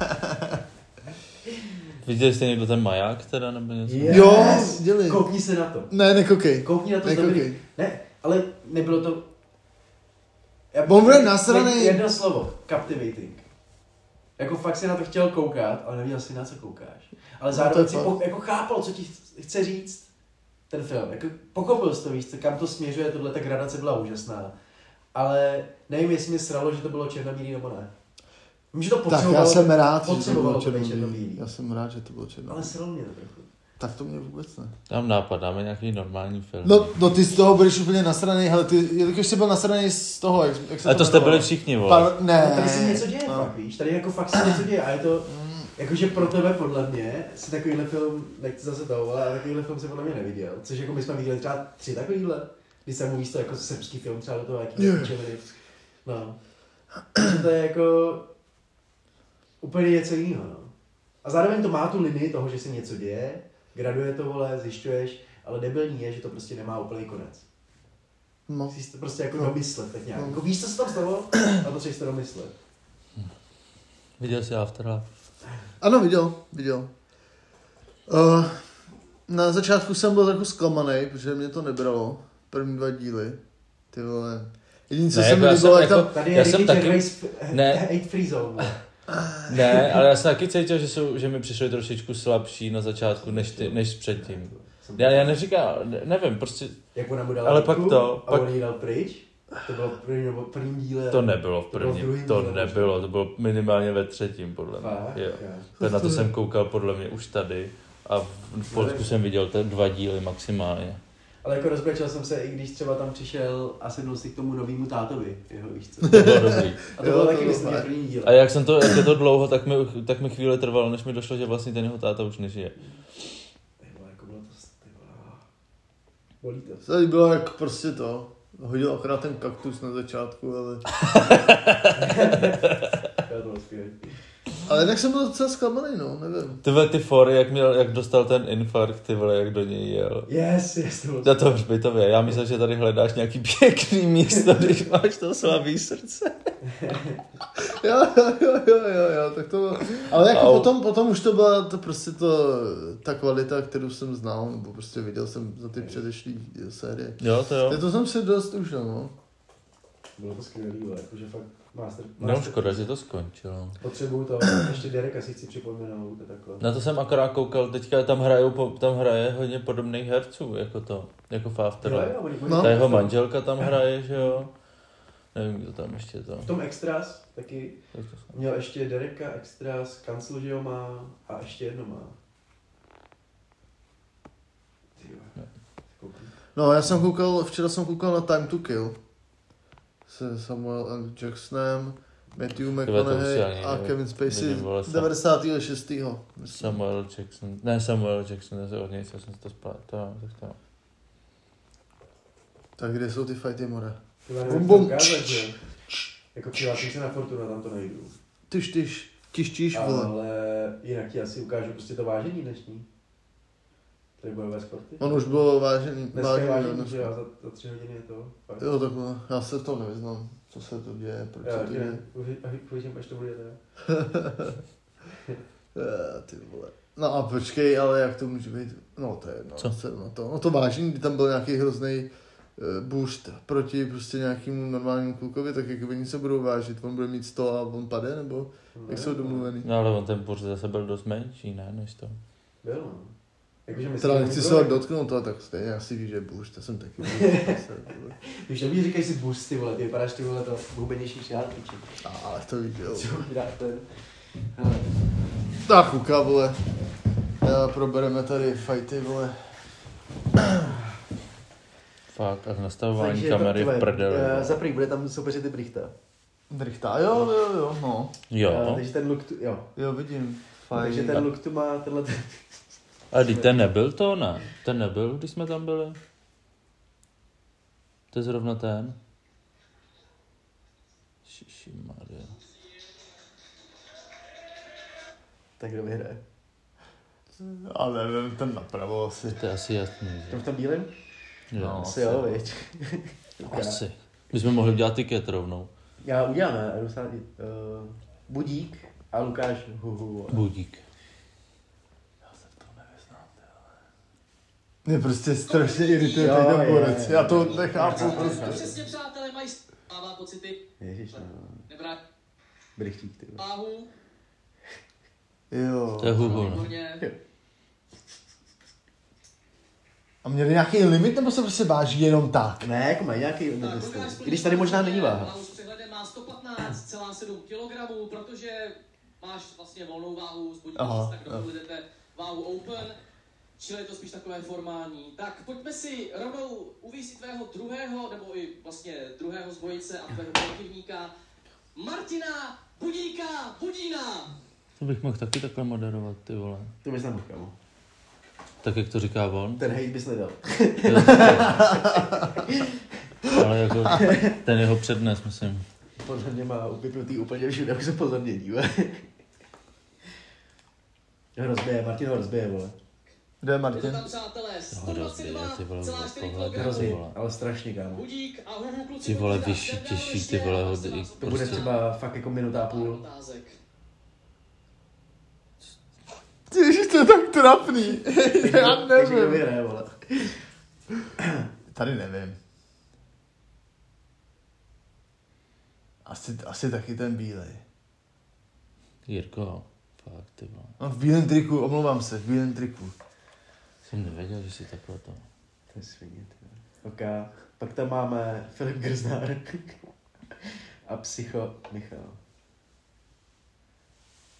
Viděli jste někdo ten maják teda, nebo něco? Yes. Jo, viděli. Koukni se na to. Ne, nekoukej. Koukni na to, ne, ale nebylo to... On byl nasranej. Jedno slovo, captivating. Jako fakt si na to chtěl koukat, ale nevěděl si na co koukáš. Ale zároveň si jako chápal, co ti chce říct ten film. Jako pochopil jsi to, víš, kam to směřuje, tohle ta gradace byla úžasná. Ale nevím, jestli mě sralo, že to bylo černobílý nebo ne. Vím, že to potřebovalo. Tak já jsem rád, že to bylo černobílý. Já jsem rád, že to bylo černobílý. Ale sralo mě to trochu. Tak to mě vůbec ne. Dám nápad, dáme nějaký normální film. No ty z toho budeš úplně nasranej, hele, ty jakož jsi byl nasranej z toho, jak se ale to jste byli všichni, vole. Ne. Tady se něco děje, fakt, víš, tady jako fakt se něco děje a je to, jakože pro tebe podle mě si takovýhle film, nechci zase toho, ale takovýhle film si podle mě neviděl, což jako my jsme viděli třeba 3 takovýhle, když se mluví to jako srbský film, třeba do toho jaký no. Takže to je jako úplně něco jiného, no. A zároveň to má tu linii toho, že se něco děje, graduje to, vole, zjišťuješ, ale debilní je, že to prostě nemá úplný konec. No. Musíš to prostě jako domyslet, tak nějak. Jako víš, co se tam stalo, a potřebuješ to domyslet. Viděl jsi Afterlife? Ano, viděl. Na začátku jsem byl trochu zklamaný, protože mě to nebralo. První 2 díly. Ty vole. Jediný, co jsem mi líbilo, jak tam... Tady je hate free zone. Ne, ale já jsem taky cítil, že mi přišly trošičku slabší na začátku, než předtím. Já neříkám, nevím, prostě... Jak ona mu dala ale pak to... A on jí dal pryč? To bylo v prvním díle... To nebylo v prvním, to bylo minimálně ve 3. podle mě. Jo. Na to jsem koukal podle mě už tady a v Polsku jsem viděl 2 díly maximálně. Ale jako rozbrečel jsem se, i když třeba tam přišel a sednul si k tomu novýmu tátovi, jeho, víš co? To bylo dobrý. A to bylo taky, myslím, že první díl. A jak je to dlouho, tak mi chvíli trvalo, než mi došlo, že vlastně ten jeho táta už nežije. Jako bylo to, bolí to. To bylo jak prostě to. Hodil akorát ten kaktus na začátku, ale... To bylo skvělé. Ale jinak jsem byl docela zklamaný, no, nevím. Ty fory, jak dostal ten infarkt, ty vole, jak do něj jel. Yes, to bylo Za to hřbitově. Já myslel, že tady hledáš nějaký pěkný místo, když máš to slabý srdce. Jo, tak to bylo. Ale jako potom už to byla to prostě ta kvalita, kterou jsem znal, nebo prostě viděl jsem za ty předešlý série. Jo, to jo. To jsem si dost užil, no. Bylo to skvělý, jakože fakt master. No škoda, že to skončilo. Potřebuju to, ještě Dereka si chci připomenout a takhle. Na to jsem akorát koukal, teďka tam hraje hodně podobných herců, jako Fafter. No. Ta jeho manželka tam hraje, že jo? Nevím, kdo tam ještě to. V tom Extras taky měl ještě Dereka, Extras, Kancel, že jo má a ještě jedno má. No, včera jsem koukal na Time to Kill. Se Samuel L. Jacksonem, Matthew McConaughey a Kevin Spacey 96. Samuel Jackson, to je od něj, jsem si to spletl, Tak kde jsou ty fighty, more? Bum. Jako přihlásím se na Fortuna, tam to najdu. Tyš, vole. Ale jinak ti asi ukážu prostě to vážení dnešní. Tady bojové sporty. On už byl vážený. Dneska je vážení, že jo, za 3 hodiny je to. Fakt. Jo, takhle, já se v tom nevyznám, co se to děje, proč se to děje. Uvidím, až to bude teda. Ty vole. No a počkej, ale jak to může být? No to je jedno. Co? Na to. No to vážení, kdy tam byl nějaký hrozný boost proti prostě nějakému normálnímu klukovi, tak jak oni se budou vážit, on bude mít 100 a on pade, nebo jak jsou domluvený? No ale on ten burz zase byl dost menší, ne, než to. Byl, no. Jakože Teda nechci se ho dotknout, ale tak stejně asi víš, že boost, to jsem taky boost. Když nevíš, říkej si boost, ty vole, ty vypadáš ty vole to hubenější šálpičí. Ale to viděl. Co dá ten? Tak kuka, vole. Probereme tady fighty, vole. Fakt, a nastavování kamery v prdeli. Za první bude tam soupeřit i Brichta. Brichta, jo, no. Jo. Takže ten look tu, jo. Jo, vidím. Fajn. Takže ten look tu má tenhle... A teď ten nebyl to, ne? Ten nebyl, když jsme tam byli? To je zrovna ten. Šišimaria. Tak kdo vyhraje? Ale nevím, ten napravo asi. To je asi jasný, že? To v tom bílém? No, asi jo, viď. Asi. My jsme mohli udělat tiket rovnou. Já uděláme, Budík a Lukáš Budík. Mě prostě strašně irituje ten borec. Já to nechápu prostě. Přesně, přátelé, mají mává pocity. Ježiš, no. Nebrát Brichtík, ty. váhu. Jo. To je hubu, no. Výborně. A měli nějaký limit, nebo se prostě váží jenom tak? Ne, jako mají nějaký limit. Když tady možná není váha. S přehledem má 115,7 kg, protože máš vlastně volnou váhu z budíky, tak dohledete váhu open. Čili je to spíš takové formální. Tak pojďme si rovnou uvísit tvého druhého, nebo i vlastně druhého z dvojice a tvého protivníka, Martina Budína. To bych mohl taky takhle moderovat, ty vole. To bys nemohl, kámo. Tak jak to říká on? Ten hejt bys nedal. Ale jako ten jeho přednes, myslím. Podle mě má vypnutý úplně všude, jak se pozorně dívá. Martin ho rozbije, vole. Kde je Je to Martin? tam, přátelé, 122,4 Hrozný, kg. ale strašně, kámo. Budík a huhu, kluci. Ty vole, vyšší, těžší, ty vole, hodí. To bude třeba fakt jako minuta a půl. Ježiš, to je tak trapný. Já Takže kdo nevím. vyhraje, vole. Tady nevím. Asi taky ten bílej. Jirko, fakt, ty vole. No, v bílém triku, omlouvám se, v bílém triku. Jsem nevěděl, že jsi takhle to. To je svině, ty. Ok, pak tam máme Filip Grznár a Psycho Michal.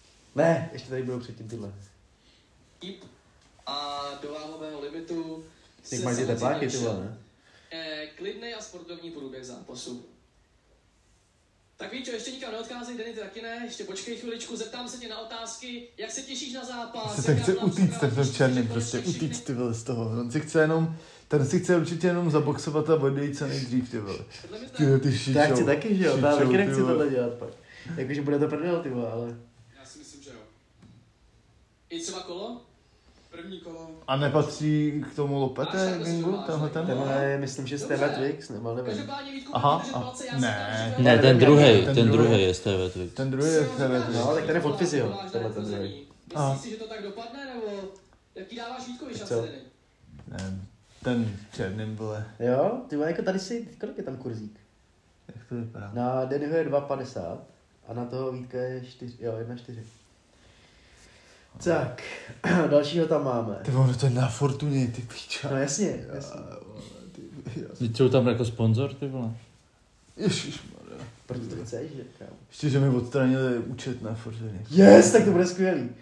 Ne, ještě tady budou předtím tyhle. A do váhového limitu Jak máš ty tepláky, ty vole, ne? Klidnej a sportovní průběh zápasu. Tak Víčo, ještě nikam neodcházej, Denny, ty taky ne, ještě počkej chviličku, zeptám se tě na otázky, jak se těšíš na zápas? Se ten chce utíct, ten černým, prostě utíct, ty vole, z toho. On si chce jenom, ten si chce určitě jenom zaboxovat a odejít co nejdřív, ty vole. Ty šičou. Tak chci taky, že jo, já taky nechci tohle dělat pak. Jakože bude to prdel, ty vole, ale... Já si myslím, že jo. I třeba kolo? První kolo. A nepatří k tomu Lopete gangu, tenhle ten? Tenhle je, myslím, že z TV Twix, nebo nevím. Aha, Ne, ten druhý je z TV Twix. Ten druhý je z TV Twix. No, tak ten je od Fyzio, tenhle ten druhý. Myslíš si, že to tak dopadne, nebo jaký dáváš Vítkovi šance, Denny? Ne, ten černým, vole. Jo, ty vole, jako tady si, kolik je tam kurzík? Jak to vypadá? Na Dennyho je 2,50 a na toho Vítka je 1,4. Tak, dalšího tam máme. Ty vole, to je na Fortuně, ty píča. No jasně. Teď jsou tam jako sponzor, ty vole. Ježišmarja. Proč to chceš, že kámo? Ještě, že mi odstranili účet na Fortuně. Yes, tak to bude skvělý.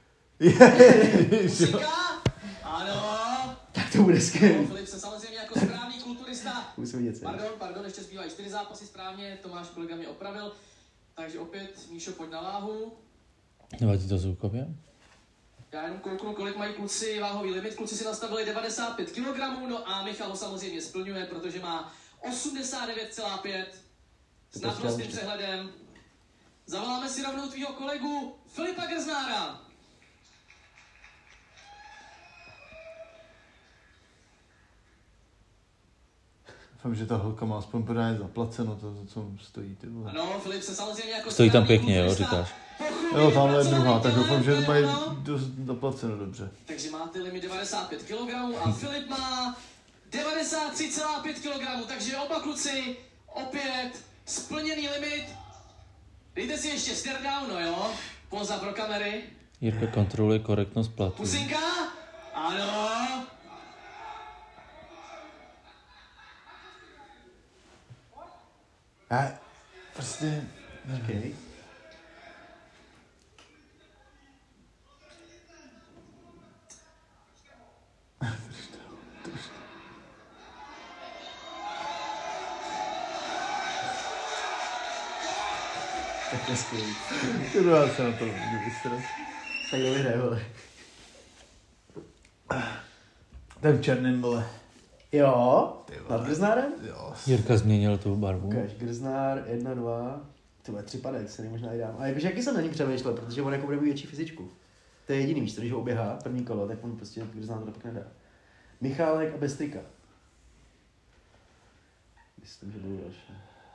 Ano. Tak to bude skvělý. Filip se samozřejmě jako správný kulturista. Musím vidět se. Pardon, ještě zbývají 4 zápasy správně, Tomáš kolega mě opravil. Takže opět, Míšo, pojď na váhu. Nevadí to zvukově? Já jenom kouknu, kolik mají kluci váhový limit. Kluci si nastavili 95 kg, no a Michal ho samozřejmě splňuje, protože má 89,5 s naprostým přehledem. Zavoláme si rovnou tvýho kolegu Filipa Grznára. Doufám, že ta holka má aspoň pořádně zaplaceno to, za co stojí, ty vole. Ano, Filip se samozřejmě jako... Stojí tam pěkně, jo, říkáš. Jo, tamhle je druhá, tak doufám, že mají dost zaplaceno dobře. Takže máte limit 95 kg a Filip má 93,5 kg, takže oba kluci opět splněný limit. Dejte si ještě stare down, no jo? Poza pro kamery. Jirka kontroluje korektnost platu. Pusinka? Ano. Prostě... Okay. Tak je skvělý. Kurva se na to vysrat. Tak kdo vyhraje, vole. Ten černým, vole. Jo? Nad Grznárem? Jo. Jirka změnil tu barvu. Ukáž, Grznár, 1, 2, tyhle 3 padek, se možná i dám. A jakože jaký jsem na ní přemýšlel, protože on jako bude mít větší fyzičku. To je jediný, víš, když ho oběhá první kolo, tak on prostě Grznár to pak nedá. Michálek a Bestrika. Myslím, že budou další.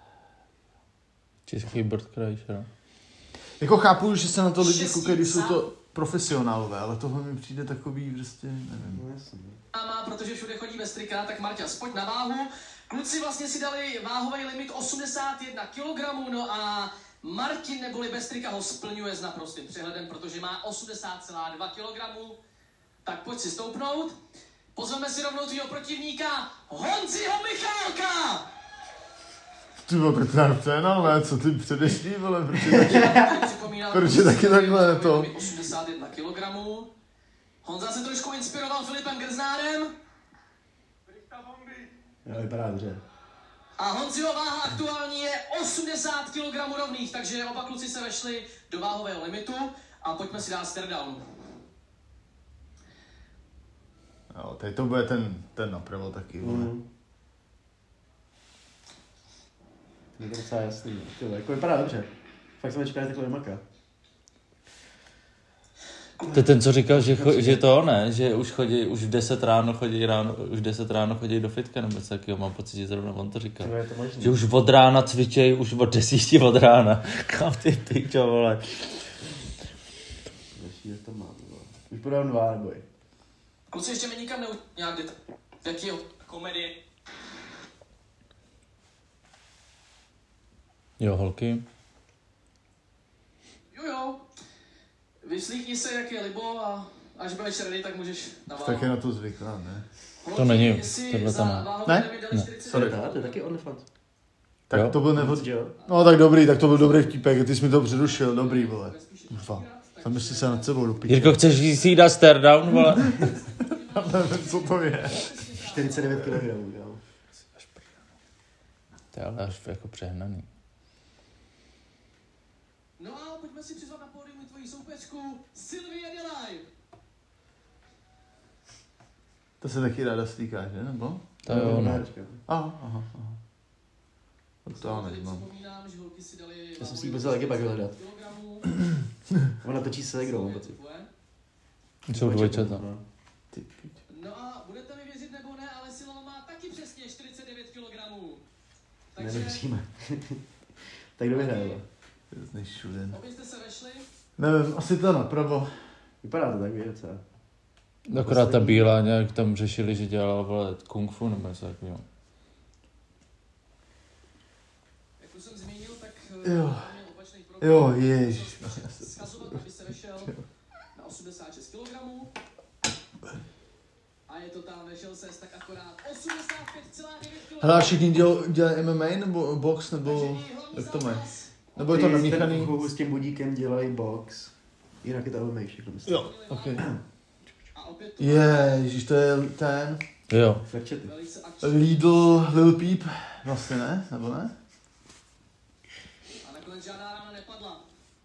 Český Bird Crusher. Jako chápu, že se na to lidi koukají, když jsou to profesionálové, ale tohle mi přijde takový prostě, nevím. No jasně. Má, protože všude chodí Bestrika, tak Marťa, pojď na váhu. Kluci vlastně si dali váhový limit 81 kg, no a Martin neboli Bestrika ho splňuje s naprostým přehledem, protože má 80,2 kg. Tak pojď si stoupnout. Pozveme si rovnou tvýho protivníka Honziho Michálka! Ty vole, proč nám přenal, ne? Co ty předešlý, vole, proč je taky takhle to? 81 kg. Honza se trošku inspiroval Filipem Grznárem. Jo, vypadá dobře. A Honziho váha aktuální je 80 kg rovných, takže oba kluci se vešli do váhového limitu a pojďme si dát stare down. Jo, teď to bude ten napravo taky, vole. Je to docela jasný. Tyhle, jako vypadá dobře. Fakt jsem nečekal, že takhle vymaká. To je ten, co říkal, že to ne, že už v 10 ráno chodí do fitka, nebo co takového, mám pocit, že zrovna on to říkal. Je to možný. Že už od rána cvičej, už od 10 od rána. Kam ty pičo, vole. Další, to mám, vole. Už podám 2 neboj. Kluci ještě mi nikam nějak jakýho komedie. Jo, holky. Jo. Vyslíchni se, jak je libo a až budeš ready, tak můžeš na váhu. Tak je na to zvyklá, ne? To není, tohle tam má. Ne? Sorry, to je taky OnlyFans. Tak Jo? to byl No tak dobrý, tak to byl dobrý vtipek, ty jsi mi to předušil, dobrý, vole. Kurva, tam jsi se nad sebou do piče. Jirko, chceš si dát stare down, vole? Nevím, co to je. 49 kg, jo. To je ale až jako přehnaný. No a pojďme si přizvat na pódium tvoji soupeřku Sylvie Delay. To se taky ráda stýká, že? Nebo? To jo, no. Aha. To já nevím. Připomínám, že holky si dali... Já jsem si ji musel taky pak hledat. Ona točí se segrou, mám pocit. Jsou dvojčata. No a budete mi věřit nebo ne, ale Silva má taky přesně 49 kg. Takže... Nevěříme. Tak kdo vyhraje? Obě jste se vešli. Nevím, asi to napravo. Vypadá to tak, víš, docela. Akorát ta bílá nějak tam řešili, že dělala vole kung fu nebo něco takového. Jak už jsem zmínil, tak Jo. měl opačný program. Jo, ježiš. Schazovat, aby se vešel na 86 kg. A je to tam, vešel ses tak akorát 85,9 kg. Hele, všichni dělají MMA nebo box, nebo jak to mají? Nebo je to namíchaný? S tím budíkem dělají box. Jinak je to MMA všechno, myslím. Jo, ok. A opět to Ježiš, to je ten Jo. Fletchety. velice akční. Lidl Lil Peep. Vlastně ne, nebo ne? A nakonec žádná rána nepadla.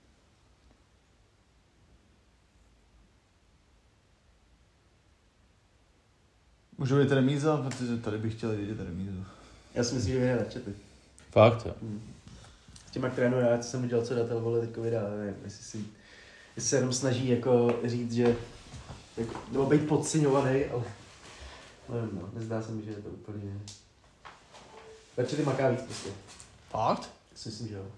Můžu být remíza, protože tady bych chtěl vidět remízu. Já si myslím, že vyhraje Fletchety. Fakt, jo. S těma trénuje, já jsem viděl, co Datel vole teďko vydá, nevím, jestli se jenom snaží jako říct, že jako, nebo být podceňovaný, ale nevím, no, nezdá se mi, že je to úplně... Fletchety maká víc prostě. Fakt? Já si myslím, že jo.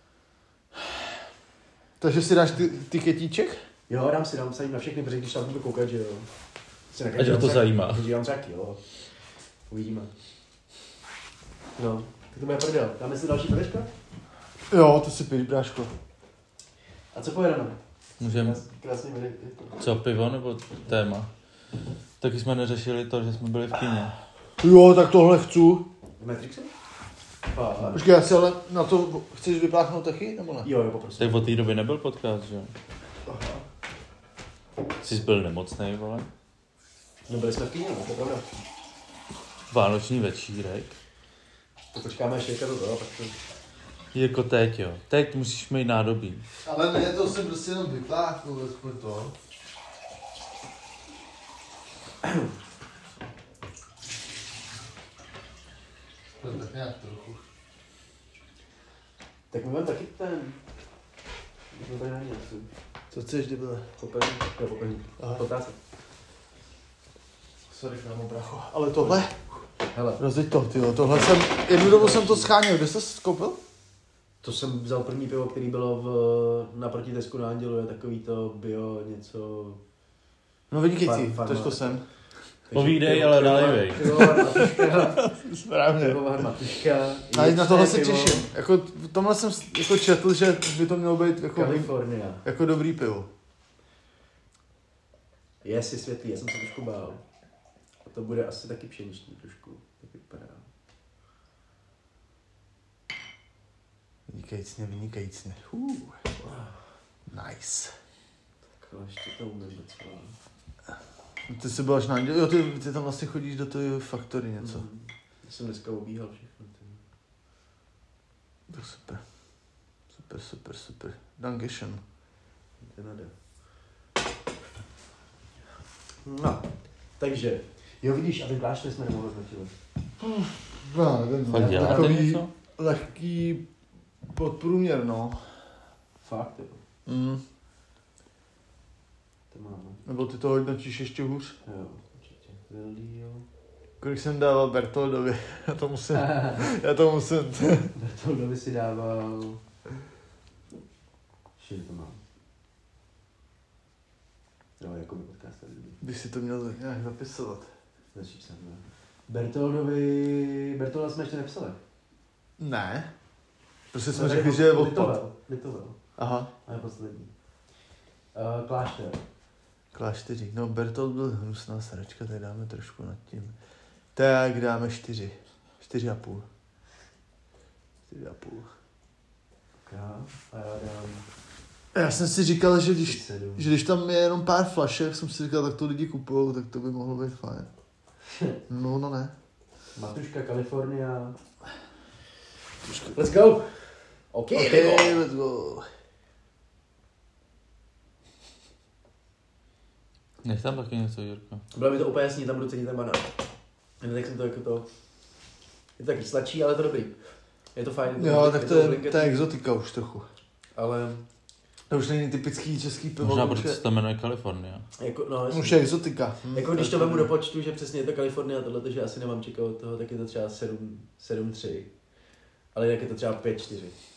Takže si dáš ty ketíček? Jo, dám si na všechny, protože když tam budu koukat, že jo. Ať ho to zajímá. Takže mám třeba kilo. Uvidíme. No, tak to bude prdel. Dáme si další prdečka? Jo, to si píš, bráško. A co pojedeme? Můžeme, Krásný video. co, pivo nebo téma? Taky jsme neřešili to, že jsme byli v kině. Jo, tak tohle chci. V Matrixu? Fakt. Počkej, já si ale na to chceš vypláchnout taky, nebo ne? Jo, poprosím. Tak od té doby nebyl podcast, že jo? Aha. Jsi byl nemocnej, vole? No byli jsme v kyně, no, to je pravda. Vánoční večírek. To počkáme ještě to, pak to... Jako teď, jo. Teď musíš mít nádobí. Ale ne, to jsem prostě jenom vypláchnul, aspoň to. To tak nějak trochu. Tak my máme taky ten... To tady není asi. Co chceš, debile? Popelník. Aha. Potáce. Sorry, kámo, bracho. Ale tohle, Hele, rozjeď to, tyjo, tohle jsem, jednu dobu jsem to scháněl, kde jsi to skoupil? to jsem vzal první pivo, který bylo naproti Tesku na Andělu, je takový to bio něco... No vidíky Far- si, farma. to jsem. Povídej, ale nalejvej. Správně. Pivovar Matuška. Ale na tohle se pivo těším. Jako, v tomhle jsem jako četl, že by to mělo být Kalifornia. jako dobrý pivo. Je si světlý, já jsem se trošku bál. A to bude asi taky pšeniční trošku. Tak vypadá. Vynikajícně. Nice. Tak ale ještě to umím docela. Ty jsi byl až na Anděl, jo, ty tam vlastně chodíš do toho Factory něco. Já jsem dneska obíhal všechno. Tak super. Dankeschön. To nade. No, takže, jo vidíš, a ten klášter jsme nemohli značili. No, nevím, Fakt děláte takový něco? lehký podprůměr, no. Fakt, jo. To máme. Nebo ty to hodnotíš ještě hůř? Jo, určitě. Deal. Kolik jsem dával Bertoldovi, já to musím. Bertoldovi si dával... Šili to mám. Jo, jako by podcast tady. Bych si to měl nějak zapisovat. Začít se, ne? Bertolda jsme ještě nepsali. Ne. Prostě jsme řekli, že je odpad. Litovel. Aha. A je poslední. Klášter. Klášteří. No Bertold byl hnusná sračka, tak dáme trošku nad tím. Tak dáme 4. 4,5. 4,5. A já dám... Já jsem si říkal, že 7. když tam je jenom pár flašek, jsem si říkal, tak to lidi kupujou, tak to by mohlo být fajn. No ne. Matuška, Kalifornia. Let's go! Okay, let's go. Nech tam taky něco, Jirko. Bylo mi to úplně jasný, tam budu cítit ten banán. Tak jsem to jako to... Je to taky sladší, ale to dobrý. Je to fajn. Jo, tak to je exotika už trochu. Ale... To už není typický český pivo. Možná proto se to jmenuje Kalifornia. Jako, no, už je exotika. Jako když to vemu do počtu, že přesně je to Kalifornie a tohle, že asi nemám čekat od toho, tak je to třeba 7-3. Ale jak je to třeba 5-4.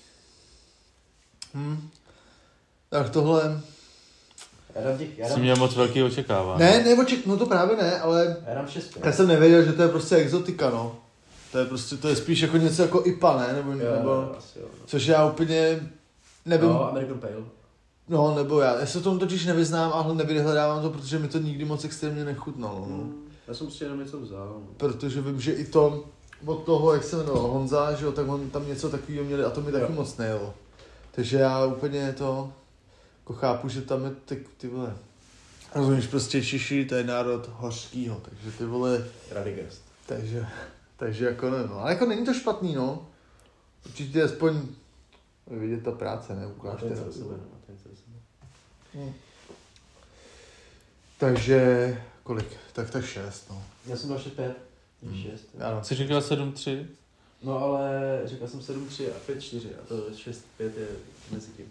Tak tohle... Já Jsi měl moc velký očekávání. Ne, no to právě ne, ale... Já dám 6. Já jsem nevěděl, že to je prostě exotika, no. To je spíš jako něco jako IPA, ne? Nebo asi jo, no. Což já úplně nevím. No, American Pale. No, nebo já se tomu totiž nevyznám a nevyhledávám to, protože mi to nikdy moc extrémně nechutnalo, no. Já jsem prostě jenom něco vzal. No. Protože vím, že i to od toho, jak se jmenoval Honza, že jo, tak on tam něco takového měli a to mi taky moc nejelo. Takže já úplně to jako chápu, že tam je ty vole. Rozumíš, prostě Češi, to je národ hořkýho, takže ty vole. Radigast. Takže jako ne, no. Ale jako není to špatný, no. Určitě aspoň vidět ta práce, ne? Ukážte. Takže kolik? Tak 6, no. Já jsem dal 6-5. 6. Jsi říkal 7-3? No ale říkal jsem 7-3 a 5-4 a to 6-5 je mezi tím.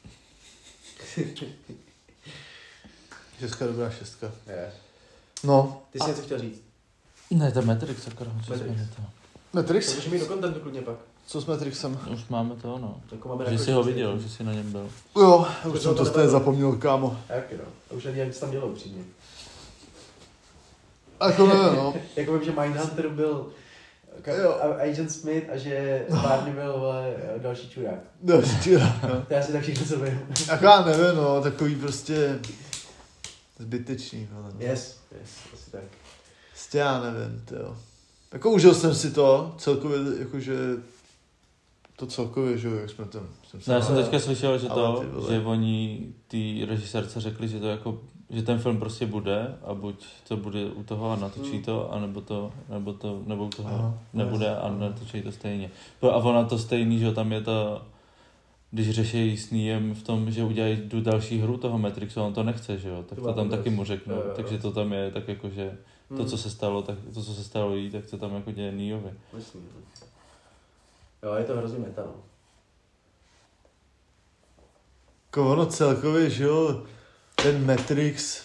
Česká dobrá 6. Je. No. Ty jsi něco chtěl říct? Ne, to je Matrix, akorát. Matrix? To můžeme jít do kontentu klidně pak. Co s Matrixem? Už máme to, no. Máme Že jsi ho viděl, že jsi na něm byl. Jo, už jsem to stejně zapomněl, kámo. Jak no? A už ani jak jsi tam dělal upřímně. A to ne, no. Jako vím, že Mindhunter byl Agent Smith a že Barney byl další čurák. Další čurák, no. To já si tak všechno co vím. Ach já nevím, no, takový prostě zbytečný, ale no. Yes, asi tak. Prostě já nevím, tyjo. Jako užil jsem si to, celkově, jakože to celkově, že jo, jak jsme tam... No, já jsem teďka slyšel, že že oni ty režisérce řekli, že to jako, že ten film prostě bude a buď to bude u toho a natočí to, nebo u toho nebude a natočí to stejně. A ona to stejný, že tam je to, když řeší s Neem v tom, že udělají další hru toho Matrixu, on to nechce, že jo, tak to tam taky mu řeknu, takže to tam je tak jako, že to, co se stalo, jí, tak to tam jako děje Neovi. Myslím. Jo, je to hrozně meta, no. Jako ono celkově, že jo, ten Matrix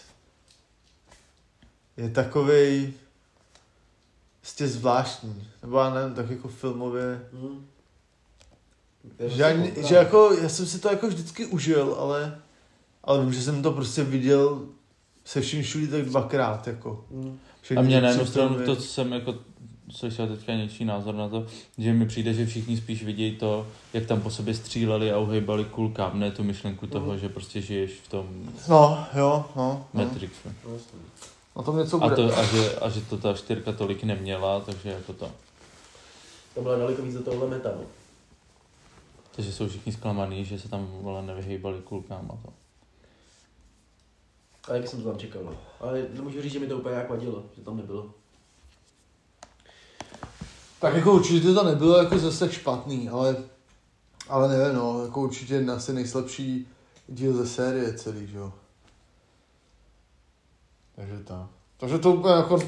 je takovej prostě zvláštní, nebo já nevím, tak jako filmově. Že jako, já jsem si to jako vždycky užil, ale vím, že jsem to prostě viděl se vším všude tak dvakrát, jako. A mě na jednu stranu to, co jsem jako slyšel teďka něčí názor na to, že mi přijde, že všichni spíš vidějí to, jak tam po sobě stříleli a uhejbali kulkám, ne tu myšlenku toho, že prostě žiješ v tom Matrixu. No to něco bude. A že to ta 4 tolik neměla, takže jako to. To bylo daleko víc do tohohle meta, no. Takže jsou všichni zklamaný, že se tam nevyhejbali kulkám a to. A jak jsem to tam čekal, no. Ale nemůžu říct, že mi to úplně jak vadilo, že tam nebylo. Tak jako určitě to nebylo jako zase tak špatný, ale nevím, no, jako určitě asi nejslabší díl ze série celý, že jo. Takže to úplně jako,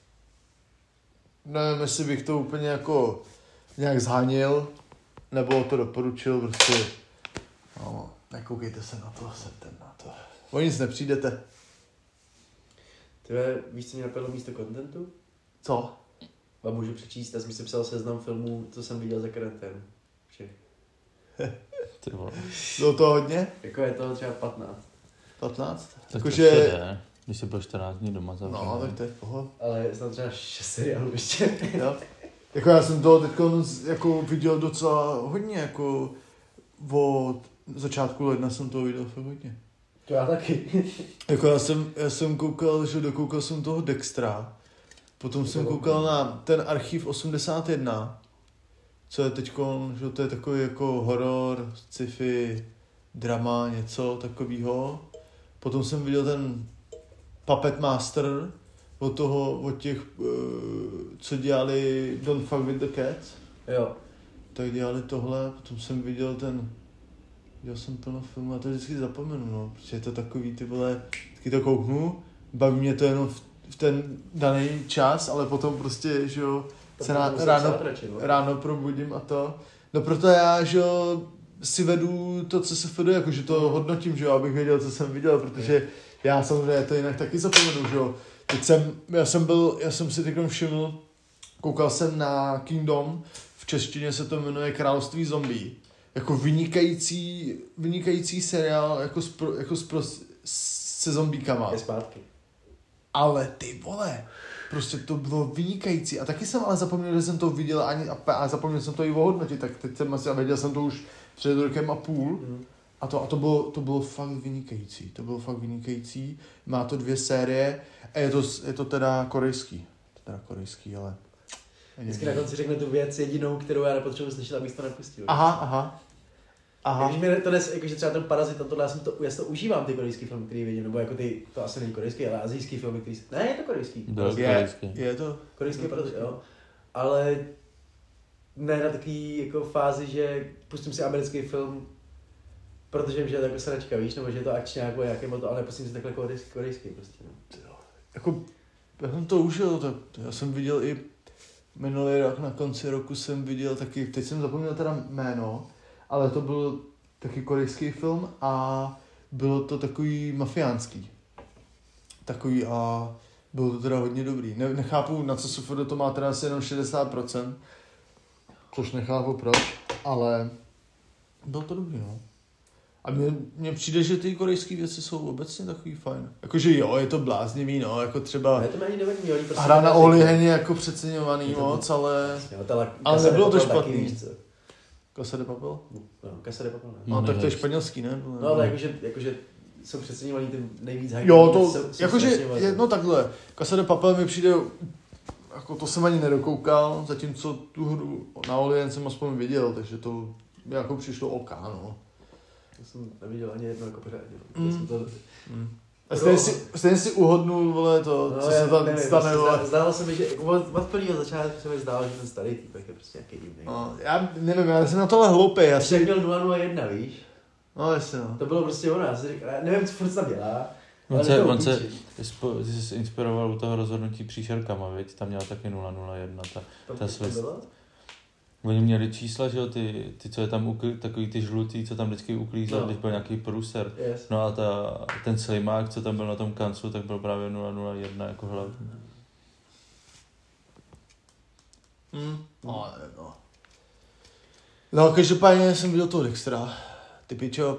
nevím, jestli bych to úplně jako nějak zhanil, nebo to doporučil, prostě, no, nekoukejte se na to, jsem na to. O nic nepřijdete. Tyhle, víš, co mě napadlo místo kontentu? Co? A můžu přečíst, já jsem si psal seznam filmů, co jsem viděl za karanténu. Všech. Ty vole. Bylo to hodně? Jako je to třeba 15. 15? Tak jakože... to jde, když jsi byl 14 dní doma zavřený. No, tak to je v pohodě. Ale je tam třeba 6 seriálů ještě. Jo. Jako já jsem to teď jako viděl docela hodně, jako od začátku ledna jsem to viděl fakt hodně. To já taky. Jako já jsem koukal, že dokoukal jsem toho Dextra, potom jsem koukal na ten Archiv 81, co je teďko, že to je takový jako horor, sci-fi, drama, něco takového. Potom jsem viděl ten Puppet Master, od těch, co dělali Don't Fuck With The Cats. Jo. Tak dělali tohle, potom jsem viděl jsem plno filmů a to vždycky zapomenu, no, protože je to takový, ty vole, taky to kouknu, baví mě to jenom v ten daný čas, ale potom prostě, že jo, se ráno probudím a to. No proto já, že jo, si vedu to, co se vedu, jakože to hodnotím, že jo, abych věděl, co jsem viděl, protože já samozřejmě to jinak taky zapomenu, že jo. Já jsem si teď všiml, koukal jsem na Kingdom, v češtině se to jmenuje Království zombie. Jako vynikající seriál se zombíkama. Je zpátky. Ale ty vole, prostě to bylo vynikající. A taky jsem ale zapomněl, že jsem to viděl a zapomněl jsem to i ohodnotit, tak teď jsem asi věděl jsem to už před rokem a půl. A to bylo fakt vynikající. To bylo fakt vynikající. Má to 2 série a je to teda korejský. Ale... Vždycky na konci řekne tu věc jedinou, kterou já nepotřebuji slyšet, abych to nepustil. Aha. Když mi to dnes, jakože třeba ten Parazit, já si to užívám, ty korejský filmy, který vidím, nebo jako to asi není korejský, ale asijský filmy, který... Ne, je to korejský. Je to. Korejský Parazit, jo. Ale ne na takový jako fázi, že pustím si americký film, protože vím, že je to jako sračka, víš, nebo že je to akčně jako nějaký moto, ale nepustím si takhle korejský prostě, no. Jako, já jsem to užil, já jsem viděl i minulý rok, na konci roku jsem viděl taky, teď jsem zapomněl teda jméno, ale to byl taky korejský film a bylo to takový mafiánský. Takový a bylo to teda hodně dobrý. Nechápu, na co SFD to má teda asi jenom 60%, což nechápu proč, ale bylo to dobrý, no. A mně přijde, že ty korejské věci jsou obecně takový fajn. Jakože jo, je to bláznivý, no, jako třeba hra na oliheň je jako přeceňovaný moc, ale nebylo to špatný. Casa de Papel? No, Casa de Papel, ne. No, tak to je španělský, ne? No, ale jakože jsou přeceňovaný ty nejvíc hype. Jo, to, jakože, no takhle, Casa de Papel mi přijde, jako to jsem ani nedokoukal, zatímco tu hru na oliheň jsem aspoň viděl, takže to mi jako přišlo OK, no. To jsem neviděl ani jedno jako pořádně. A stejně si uhodnul, vole, to, no, co se tam stane, vole. Zdálo se mi, že od prvního začátku se mi zdálo, že ten starý týpek je prostě nějaký divný. No, já nevím, já jsem na tohle hloupej. Ještě měl 001, víš? No, jasně, no. To bylo prostě ono, já nevím, co furt tam dělá. On se inspiroval u toho rozhodnutí příšerkama, viď? Tam měla taky 001, ta svěst. Oni měli čísla, že jo, ty co je tam, takový ty žlutý, co tam vždycky uklízel, když byl nějaký průser. Yes. No a ten sejmák, co tam byl na tom kancu, tak byl právě 001 jako hlavní. No, každopádně jsem viděl toho Dextera. Ty pičo,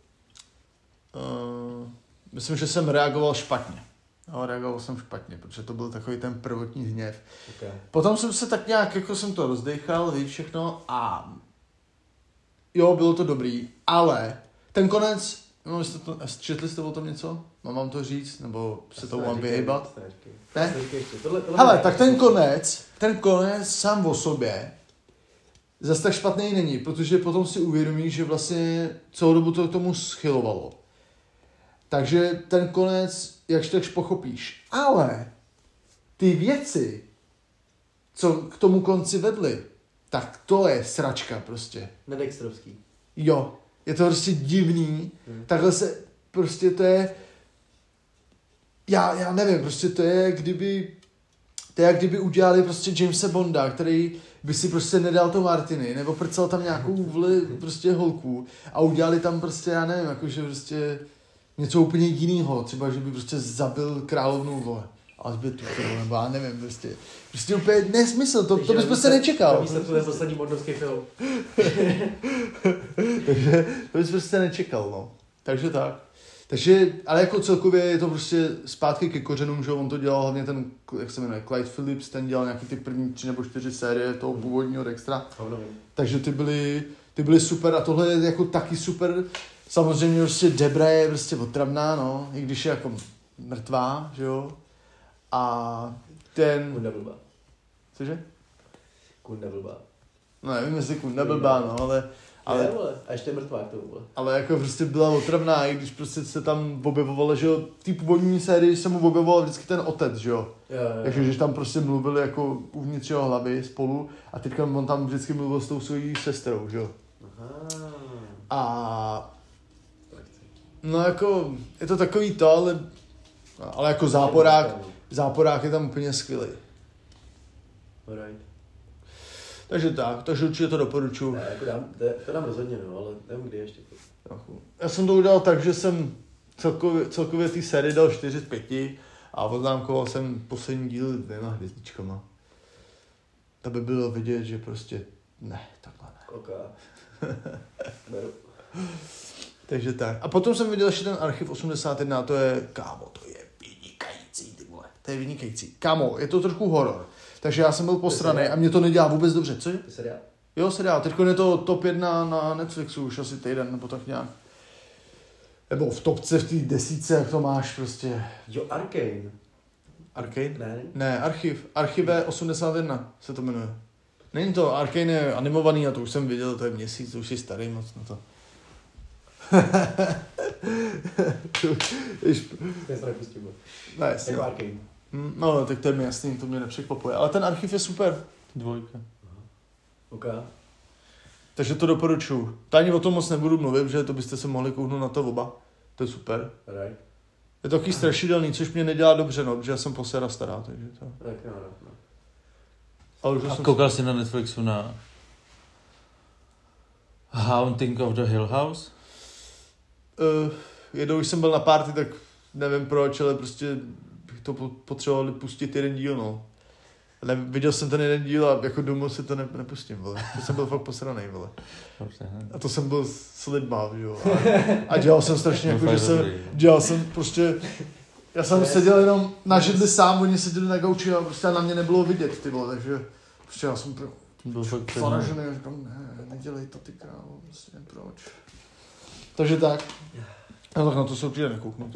myslím, že jsem reagoval špatně. No, reagoval jsem špatně, protože to byl takový ten prvotní hněv. Okay. Potom jsem se tak nějak, jako jsem to rozdechal, víš, všechno a jo, bylo to dobrý, ale ten konec, no, četli jste o tom něco? Mám to říct, nebo se tomu mám vyhejbat? Ne? Hele, tak ten konec sám o sobě zase tak špatný není, protože potom si uvědomíš, že vlastně celou dobu to k tomu schylovalo. Takže ten konec, jakž takž pochopíš. Ale ty věci, co k tomu konci vedly, tak to je sračka prostě. Nedextrovský. Jo, je to prostě divný. Takhle se, prostě to je, já nevím, prostě to je, jak kdyby udělali prostě Jamesa Bonda, který by si prostě nedal to Martiny, nebo prcal tam nějakou prostě holku a udělali tam prostě, já nevím, jakože prostě něco úplně jinýho, třeba, že by prostě zabil královnu, vole, Alžbětu, nebo já nevím, prostě úplně nesmysl, to bys prostě nečekal. Výsledku je poslední bondovský film. Takže to bys prostě nečekal, no. Takže tak. Takže, ale jako celkově je to prostě zpátky ke kořenům, že on to dělal hlavně ten, jak se jmenuje, Clyde Phillips, ten dělal nějaký ty první 3 nebo 4 série toho původního Dextera. Takže ty byly super a tohle je jako taky super. Samozřejmě prostě Debra je prostě otravná, no, i když je jako mrtvá, že jo. A ten... Kunda blbá. Cože? Kunda blbá. No nevím, jestli kunda blbá, no, Ale, ne, vole. A ještě je mrtvá k tomu, vole. ale jako prostě byla otravná, i když prostě se tam objevovalo, že jo, v té původní sérii se mu objevoval vždycky ten otec, že jo. Takže že tam prostě mluvili jako uvnitř jeho hlavy spolu a teďka on tam vždycky mluvil s tou svojí sestrou, že jo. Aha. A no jako, je to takový to, ale jako záporák je tam úplně skvělý. Alright. Takže určitě to doporučuji. Ne, jako to dám rozhodně, no, ale nevím kdy ještě. Já jsem to udělal tak, že jsem celkově té série dal 4 z 5 a oznámkoval jsem poslední díl 2 hvězdičkama. Aby bylo vidět, že prostě ne, takhle ne. Ok. Beru. Takže tak. A potom jsem viděl ještě ten Archiv 81, to je, kámo, to je vynikající, ty vole. To je vynikající. Kámo, je to trošku horor. Takže já jsem byl posranej a mě to nedělá vůbec dobře. Co je? Seriál? Jo, seriál. Teďko je to top 1 na Netflixu, už asi týden, nebo tak nějak. Nebo v topce, v té desítce, jak to máš prostě. Jo, Arcane. Arcane? Ne. Ne, Archive 81 se to jmenuje. Není to, Arcane je animovaný a to už jsem viděl, to je měsíc, to už je starý moc na to. Ten se nepustím. Ne, jasně. Jako Arcane. No, tak to je mi jasný, to mě nepřekvapuje. Ale ten Archiv je super. 2. Ok. Takže to doporučuju. Tady o tom moc nebudu mluvit, že to byste se mohli kouknout na to oba. To je super. Right. Je to taky strašidelný, což mě nedělá dobře, no, protože já jsem posera stará, takže to. Tak no. Ale už A jsem koukal jsi na Netflixu na Haunting of the Hill House? Jednou, když jsem byl na party, tak nevím proč, ale prostě bych to potřeboval pustit jeden díl, no. Viděl jsem ten jeden díl a jako domů si to nepustím, vole. To jsem byl fakt posranej, vole. A to jsem byl s lidma, jo. A dělal jsem strašně, jako, že dělal jsem prostě, já jsem seděl jenom na židli sám, oni seděli na gauči a prostě na mě nebylo vidět, ty vole, takže prostě já jsem byl fakt zaražený, říkám, ne, nedělej to, ty krávo, prostě proč. Takže tak. No tak na to se určitě nekouknu.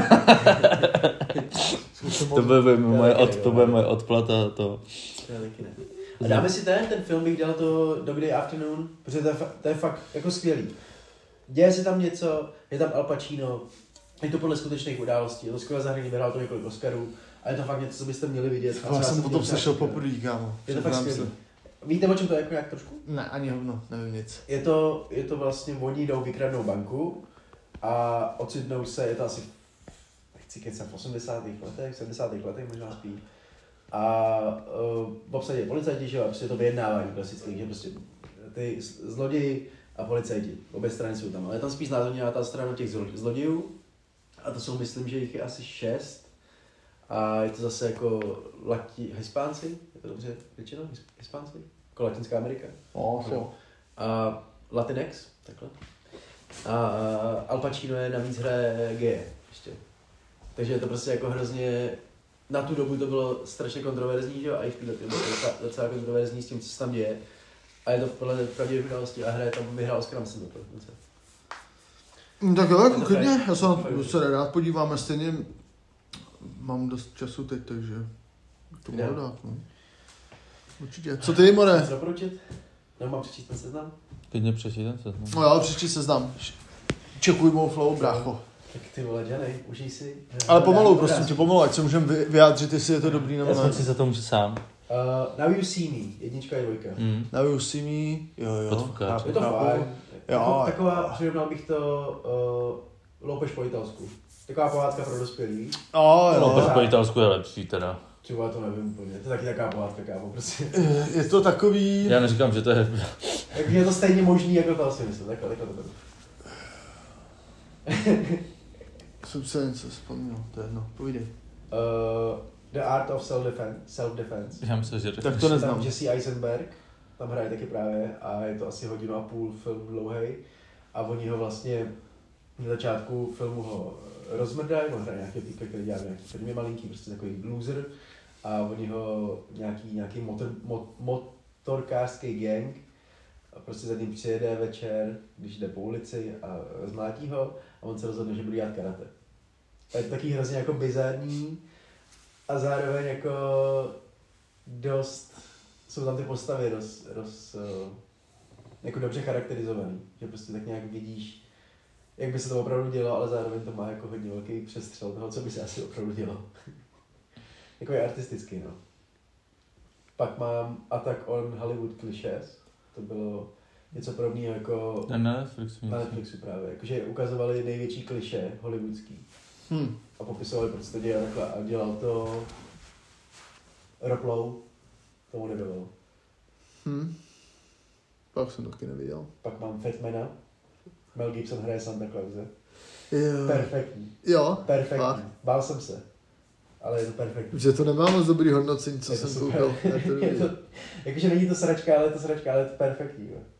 To bude moje odplata. To. A dáme si ten film, bych dělal to Dog Day Afternoon, protože to je fakt jako skvělý. Děje se tam něco, je tam Al Pacino, je to podle skutečných událostí, je to skvěle zahraný, vyhrál to několik Oscarů a je to fakt něco, co byste měli vidět. Já jsem o tom slyšel poprvé, kámo. Je to fakt skvělý. Víte, o čem to je jako jak trošku? Ne, ani hovno, nevím nic. Je to vlastně, oni jdou vykradnou banku a ocitnou se, je to asi, nechci kecat, v 80. letech, 70. letech možná spíš. A v obsadě policajti, že jo, a prostě to vyjednávání klasicky, že prostě ty zloději a policajti, obě strany jsou tam, ale je tam spíš znázorněná ta strana těch zlodějů a to jsou, myslím, že jich je asi 6 a je to zase jako Hispánci, je to dobře řečeno? Hispánci? Jako Latinská Amerika. A Latinx, takhle. A Al Pacino je navíc hraje geje ještě. Takže je to prostě jako hrozně, na tu dobu to bylo strašně kontroverzní, že? A i v této bylo to docela kontroverzní s tím, co se tam děje. A je to podle pravdivých událostí a hraje tam, vyhrál Oscar, myslím, to. Tak jo, jako klidně, já se rád podívám, stejně mám dost času teď, takže to mohu dát, no. Určitě. Co ty, More? Co doporučit? Nebo mám přečíst ten seznam? Klidně přečíst ten seznam. No jo, přečíst seznam. Čekuj mou flow, brácho. Tak ty vole, Janej, užij si. Ale pomalu, prosím tě, pomalu, ať se můžeme vyjádřit, jestli je to dobrý nebo ne. Já si za to můžu sám. Now You See Me, 1 a 2. Now You See Me, jo. Je to fajn. Jo. Taková, přirovnal bych to loupež po italsku. Taková pohádka pro dospělý. Loupež po italsku je lepší teda. Třeba to nevím úplně, to je taky taková pohádka, kámo, prostě. Je to takový... Já neříkám, že to je... Takže je to stejně možný, jako to asi myslím, takhle to beru. Jsem se něco vzpomněl, to je jedno, povídej. The Art of Self-Defense. Já myslím, že tak to neznám. Tam Jesse Eisenberg, tam hraje taky právě a je to asi 1,5 hodiny film dlouhej a oni ho vlastně na začátku filmu ho rozmrdají, on hraje nějaký týpek, který dělá nějaký firmě malinký, prostě takový loser a oni ho nějaký motorkářský gang a prostě za ním přijede večer, když jde po ulici a zmlátí ho a on se rozhodne, že bude dělat karate. A je to taky hrozně jako bizarní a zároveň jako dost, jsou tam ty postavy jako dobře charakterizovaný, že prostě tak nějak vidíš, jak by se to opravdu dělo, ale zároveň to má jako hodně velký přestřel toho, co by se asi opravdu dělo. Jako je artistický, no. Pak mám Attack on Hollywood Clichés, to bylo něco podobného jako na Netflixu právě, jakože ukazovali největší klišé hollywoodský a popisovali, proč se to dělá takhle a dělal to Rob Lowe, tomu nebylo. Pak jsem taky neviděl. Pak mám Fatmana, Mel Gibson hraje Santa Clause. Jo. Perfektní. Jo. Perfektní. Bál jsem se. Ale je to perfektní. Že to nemá moc dobrý hodnocení, co jsem koukal. Jakože není to sračka, ale je to perfektní. Jo.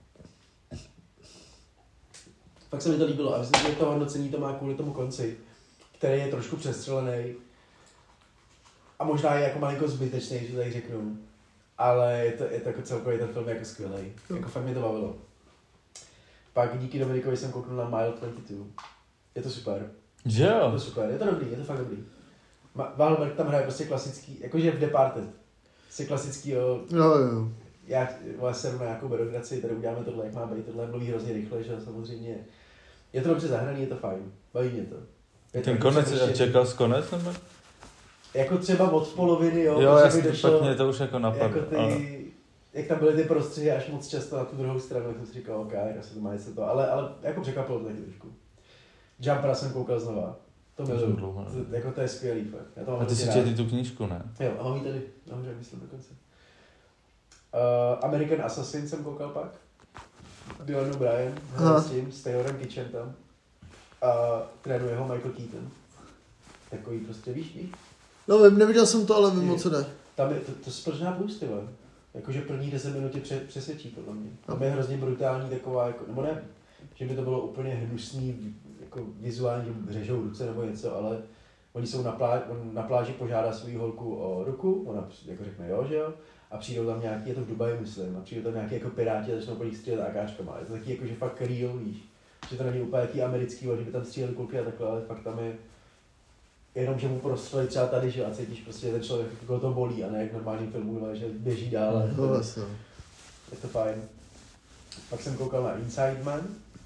Pak se mi to líbilo a myslím, že to hodnocení to má kvůli tomu konci, který je trošku přestřelený a možná je jako malinko zbytečný, že tak řeknu. Ale je to jako celkově ten film jako skvělej. Jako fakt mě to bavilo. Pak díky Dominikovi jsem kouknul na Mile 22. Je to super. Jo. Je to super, je to dobrý, je to fakt dobrý. Wahlberg tam hraje prostě klasický, jakože v Departed. Prostě klasickýho, Jo. já seru na nějakou byrokracii, tady uděláme tohle, jak má být, tohle mluví hrozně rychle, že samozřejmě. Je to dobře zahraný, je to fajn, baví mě to. Ten konec, čekal jsi konec nebo? Jako třeba od poloviny, jo, jasně, došlo, pak mě to už jako napadlo. Jako jak tam byly ty prostředí až moc často na tu druhou stranu, tak jsem si říkal, ok, tak asi to má něco to, ale jako překvapilo to taky trošku. Jumpera jsem koukal znova. To miluju. Jako to je skvělý fakt. A ty si četl tu knížku, ne? Jo, a mám ji tady. Nahoře, myslím dokonce. American Assassin jsem koukal pak. Dylan O'Brien, s tím, s Taylorem Kitchen tam. A trénuje ho Michael Keaton. Takový prostě, víš? No vím, neviděl jsem to, ale vím, o co jde. Tam je, to sporžná půsty, jakože první 10 minut tě přesvědčí, podle mě. Tam je hrozně brutální taková, jako, nebo ne, že by to bylo úplně hnusný, jako vizuálně řežou ruce nebo něco, ale oni jsou na pláži požádá svou holku o ruku, ona jako řekne jo, že jo, a přijdou tam nějaký, je to v Dubaji myslím, a přijdou tam nějaký jako piráti a začnou po nich střílet AKčkama. Je to taky jako, že fakt real, víš, že to není úplně jaký americký, že by tam stříleli kulky a takhle, ale fakt tam je jenom, že mu prostřelí třeba tady, že a cítíš prostě, že ten člověk jako to bolí a ne jak normální filmů, že běží dál. Je to fajn. Pak jsem koukal na Inside Man.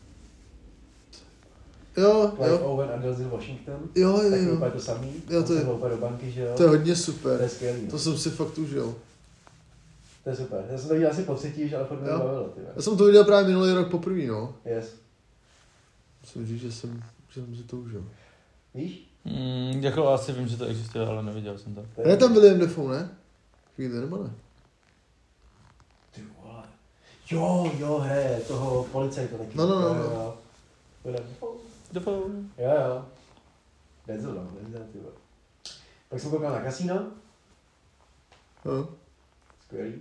Clive Owen a Denzel Washington. Jo. Tak úplně to samý. Jo, to je do banky, že jo. To je hodně super. To je skvělý. To jsem si fakt užil. To je super. Já jsem to viděl asi po třetí, ale fakt mě bavilo. Já jsem to viděl právě minulý rok poprvé, no. Yes. Musím říct, že jsem si to užil. Víš? Jako asi vím, že to existuje, ale neviděl jsem to. Je tam William Dafoe, ne? Chvíli, nebo ne? Ty vole. Jo, hraje toho policajta taky. No. William Dafoe. Jo. Denzel, ty vole. Pak jsem koukal na Casino. Skvělý.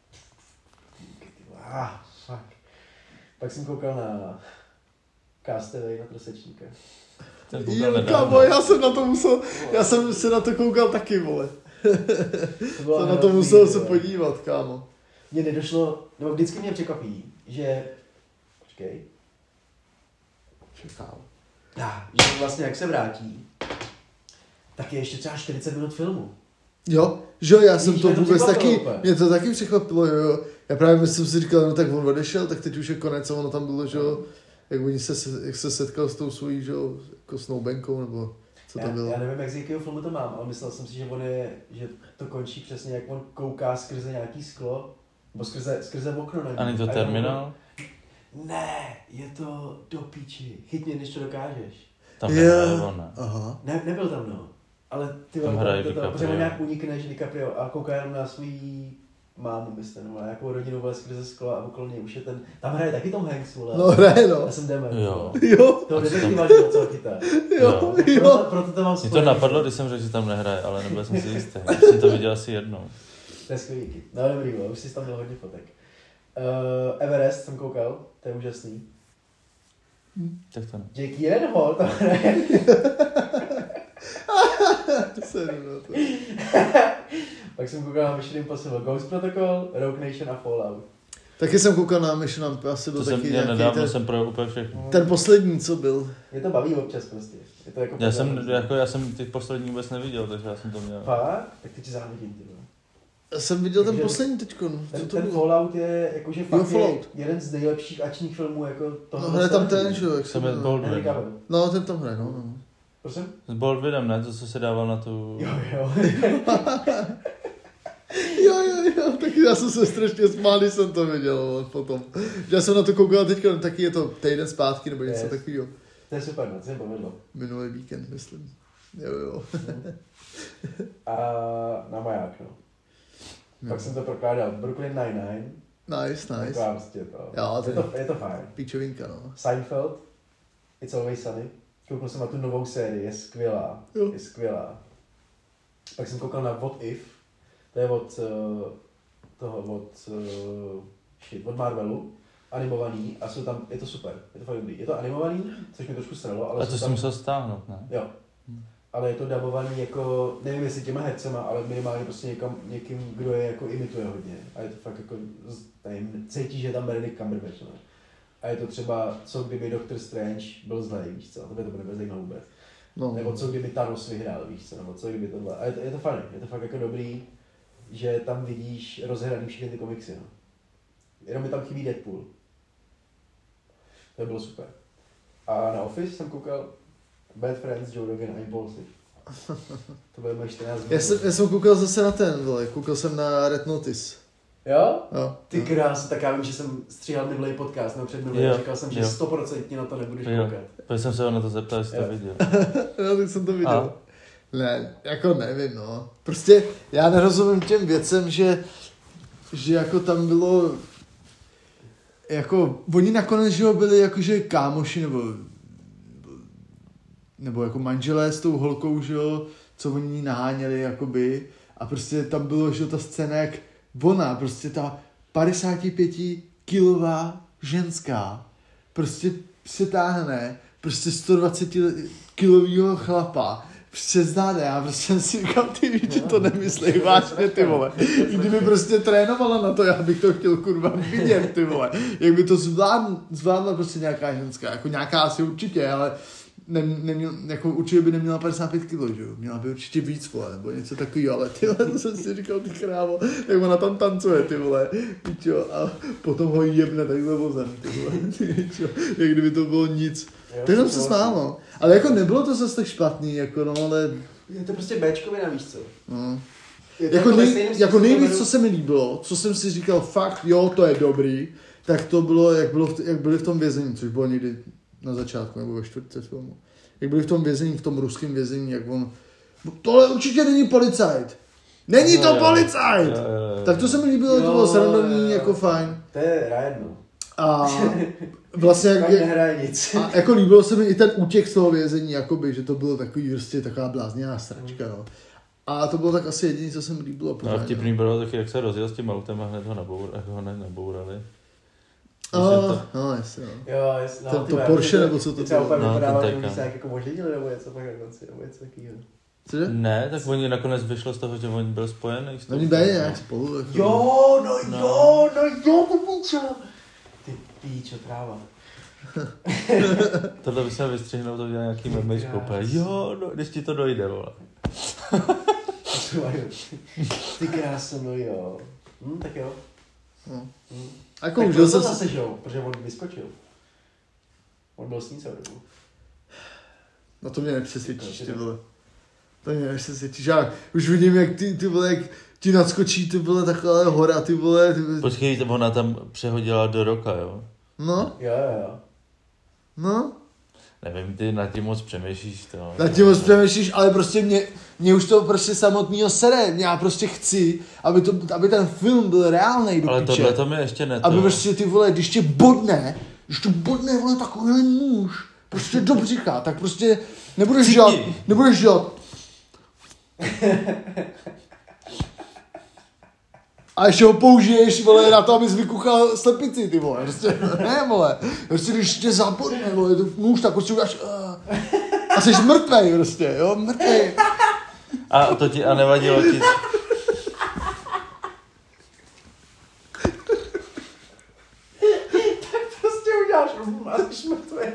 Fuck. Pak jsem koukal na Castaway na Trosečníka. Jo, kámo, já jsem se na to koukal taky, vole. Jsem na to musel se podívat, kámo. Mně nedošlo, nebo vždycky mě překvapí, že... Počkej. Čekám. Že vlastně jak se vrátí, tak je ještě třeba 40 minut filmu. Jo, že já jsem to vůbec taky, mě to taky překvapilo, jo. Já právě jsem si říkal, no tak on odešel, tak teď už je konec a ono tam bylo, že jo, jak se setkal s tou svojí, že jo, jako snoubenkou, nebo co to bylo. Já nevím, jak z jakého filmu to mám, ale myslel jsem si, že to končí přesně, jak on kouká skrze nějaký sklo, nebo skrze okno. A není to Terminál? Ne, je to do píči. Chyť mě, když to dokážeš. Tam nehraje on, ne? Aha. Nebyl tam, no. Ale ty tam hraje DiCaprio. Protože nějak unikne, že DiCaprio a kouká jenom na svůj mámu, myslím, nebo nějakou rodinu vole skrze sklo a okolo něj už je ten... Tam hraje taky Tom Hanks, vole. No hraje, no. Já jsem dement. Jo. Toho detektiva dělal co chytá. Jo. Proto to mám mě to napadlo, když jsem řekl, že tam nehraje, ale nebyl jsem si jistý. Já jsem to viděl asi jednou. To je skvělý. No dobrý, vole, už jsi tam měl hodně fotek. Everest jsem koukal, to je úžasný. Tak to ne. Jake Gyllenhaal tam hraje. Pak jsem koukal na Mission Impossible Ghost Protocol, Rogue Nation a Fallout. Taky jsem koukal na Mission Impossible. To jsem měl nedávno, jsem projel úplně všechno. Ten poslední, co byl. Mě to baví občas prostě. Je to jako já jsem těch poslední vůbec neviděl, takže já jsem to měl. Fakt? Tak ty ti závidím, ty. Jsem viděl ten poslední teďko. Ten Fallout je jakože fakt jeden z nejlepších akčních filmů jako toho. No hraje tam ten, že jo, jak se jmenuje. No, ten tam hraje, no. Prosím? S Baldwinem, ne? To, co se dával na tu... Jo. Jo, taky já jsem se strašně smál, když jsem to viděl potom. Já jsem na to koukal teďka, taky je to týden zpátky, nebo něco takového. To je super, to se mi povedlo. Minulý víkend, myslím. Jo. A na maják, no. Pak jsem to prokládal. Brooklyn Nine-Nine. Nice. Taková prostě to. Jo, je to fajn. Píčovinka, no. Seinfeld. It's Always Sunny. Koukal jsem na tu novou sérii, je skvělá. Jo. Je skvělá. Pak jsem koukal na What If. To je od od Marvelu. Animovaný a jsou tam, je to super, je to fakt dobrý. Je to animovaný, což mi trošku sralo, ale a to jsem musel stáhnout, ne? Jo. Ale je to dabovaný jako, nevím jestli těma hercema, ale minimálně prostě někým, kdo je jako imituje hodně. A je to fakt jako, nevím, cítí, že je tam Benedict Cumberbatch, ne? A je to třeba, co kdyby Doctor Strange byl zlej, víš co, to by to bude zajímavé vůbec. No. Nebo co kdyby Thanos vyhrál, víš co, nebo co kdyby tohle. A je to fajn, je to fakt jako dobrý, že tam vidíš rozhraný všechny ty komiksy, no. Jenom mi tam chybí Deadpool. To bylo super. A na Office jsem koukal Bad Friends, Joe Rogan a Impulsive. To bylo moje 14 minut. Já jsem koukal zase na ten, vole. Koukal jsem na Red Notice. Jo? Jo. Ty krás, tak já vím, že jsem stříhal minulý podcast, nebo před minulý, říkal jsem, že 100% na to nebudeš koukat. Protože jsem se ho na to zeptal, jestli to viděl. Já tak jsem to viděl. Ne, jako nevím, no. Prostě já nerozumím těm věcem, že jako tam bylo, jako, oni nakonec, že byli jakože kámoši, nebo jako manželé s tou holkou, že jo, co oni naháněli, jakoby, a prostě tam bylo, že ta scéna, jak ona, prostě ta 55-kilová ženská, prostě se táhne, prostě 120-kilovýho chlapa, přes záda, já prostě jsem si říkal, ty víš, že to nemyslej vážně, ty vole. I kdyby prostě trénovala na to, já bych to chtěl kurva vidět, ty vole. Jak by to zvládla prostě nějaká ženská, jako nějaká asi určitě, ale jako určitě by neměla 55 kg, že jo, měla by určitě víc, vole, nebo něco takového, ale ty vole, to jsem si říkal, ty krávo, jak ona tam tancuje, ty vole, čo, a potom ho jebne takhle vozem, ty vole, čo, jak kdyby to bylo nic. Tak jsem se smál, no. Ale jako nebylo to zase tak špatný, jako no, ale... Je to prostě Bčkovina, víš co? No. Jako nejvíc, co se mi líbilo, co jsem si říkal, fakt, jo, to je dobrý, tak to bylo, jak byli v tom vězení, což bylo někdy na začátku, nebo ve čtvrtce filmu. Jak byli v tom vězení, v tom ruském vězení, jak on... Tohle určitě není policajt. Není to policajt! Tak to se mi líbilo, to bylo srandovní, jako fajn. To je rájedno. A vlastně jak nehraje nic. A jako líbilo se mi i ten útěk z toho vězení, jakoby, že to bylo takový prostě taková blázněná sračka, no. A to bylo tak asi jediné, co se mi líbilo. No a vtipný bylo taky, jak se rozjel s tím autem a hned ho nabourali. No, jasně, no. Jo, jasně. No, to Porsche, nebo co to bylo? No, ten Taycan. Jako možlidili, nebo něco pak na konci, nebo něco takového. Cože? Ne, tak oni nakonec vyšlo z toho, že oni byl spojený. Oni byli nějak spolu. Jako... Jo, to píčo. Ty píčo, tráva. Tohle by se vystřihnout, to udělal nějaký memečko. Jo, no, když ti to dojde, vole. Ty krása, no jo. Tak jo. Jako tak užil jsem jsem zase, že jo, protože on vyskočil. On byl s ní celou dobu. No to mě nepřesvědčíš, ty vole. To mě nepřesvědčíš. Já už vidím, jak ty vole, jak ti nadskočí, ty vole, takhle hora, ty vole. Počkej, ona tam přehodila do roka, jo? No. Jo. No. Nevím, ty nad tím moc přemýšlíš to. Nad tím moc přemýšlíš, ale prostě mě už to prostě samotného sere. Já prostě chci, aby ten film byl reálnej do ale piče. tohle to mi ještě ne to. Aby prostě ty vole, když tě bodne vole takovýhle nůž, prostě do břicha, tak prostě nebudeš dělat. A ještě ho použiješ, vole, na to, abys vykuchal slepici, ty vole, prostě, ne, vole, prostě když tě zabodne, vole, to nůž, tak prostě uděláš, a jsi mrtvej, prostě, jo, mrtvej. A nevadilo ti... Tak prostě uděláš, a jsi mrtvej.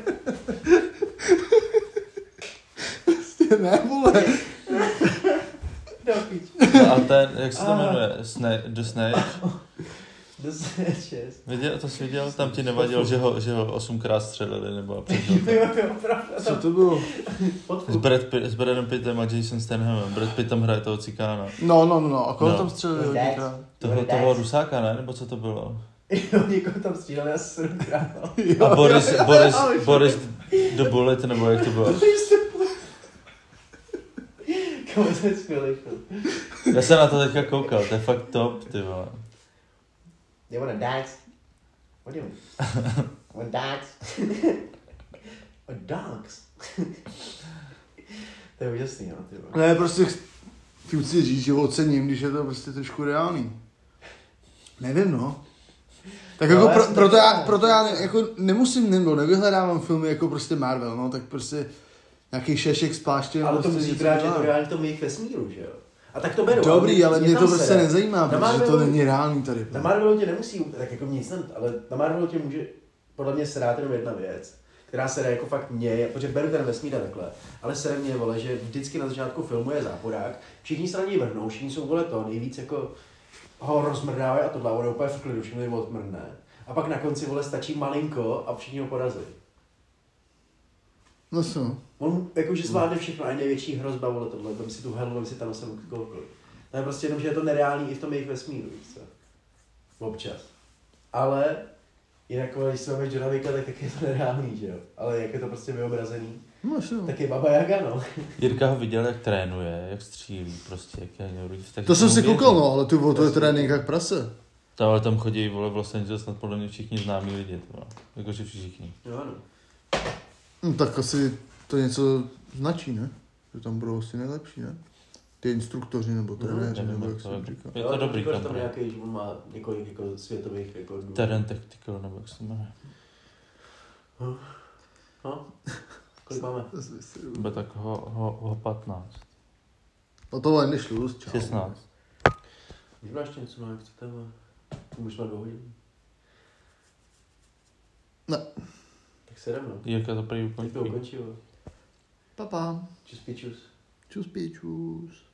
Prostě ne, vole. No a jak se to jmenuje? The Snatch? The Snatch, yes. To jsi viděl? Tam ti nevadilo, že ho 8krát střelili, nebo přežil to. Jo, pravda. Co to bylo? S Bradem Pittem a Jason Stathamem. Brad Pitt tam hraje toho cikána. No. A koho tam střelili hodněkrát? Toho Rusáka, ne? Nebo co to bylo? Jo, někoho tam stříleli asi 7krát. A Boris the Bullet, nebo jak to bylo? Komu to je skvělý film. Já jsem na to teďka koukal, to je fakt top, ty vole. They wanna dance? What do you mean? Want dance? Or dogs? To je úžasný, no, ty vole. Ne, prostě tím chci říct, že ho ocením, když je to prostě trošku reálný. Nevím, no. Tak jako proto já jako nemusím, nebo nevyhledávám filmy jako prostě Marvel, no, tak prostě nějaký šešek s pláštěm. Ale prostě to musí brát, že to reálně v tom jejich vesmíru, že jo? A tak to beru. Dobrý, ale mě to prostě nezajímá, protože to není reálný tady. Na Marvelu tě nemusí, tak jako nic, ale na Marvelu tě může podle mě srát jenom jedna věc, která sere jako fakt mě, protože beru ten vesmír takhle, ale sere mě, vole, že vždycky na začátku filmu je záporák, všichni se na něj vrhnou, všichni jsou, vole, to nejvíc jako ho rozmrdávají a tohle, on je úplně v klidu, všichni odmrdne. A pak na konci, vole, stačí malinko a všichni ho porazí. No co? On jakože zvládne všechno, a největší hrozba, vole, tohle, tam si tu Helu, tam si tam nosem kohokoliv. To je prostě jenom, že je to nereálný i v tom jejich vesmíru, víš co? Občas. Ale jinak, když se máme Johna Wicka, tak taky je to nereálný, že jo? Ale jak je to prostě vyobrazený, tak je Baba Jaga, no. Jirka ho viděl, jak trénuje, jak střílí, prostě, jak je neurodí. To jsem si koukal, no, ale to je trénink jak prase. Ale tam chodí, vole, v Los Angeles snad podle mě všichni známí lidi, jakože všichni. Jo, ano. No, tak asi to něco značí, ne? Že tam budou asi nejlepší, ne? Ty instruktoři nebo trenéři, nebo jak jsem říkal. Je to dobrý tam. tam Nějaký, že on má několik jako světových jako... Terrain Tactical, nebo jak se to jmenuje. No, kolik máme? Bude tak ho 15. No tohle nešlu, čau. 16. Můžeme ještě něco, no, jak chcete, ale... Už jsme 2 hodiny. Ne. Tak se jdem, no. Jirka to prý ukončí. Ukončí, jo. Papa. Čus pičus. Čus pičus.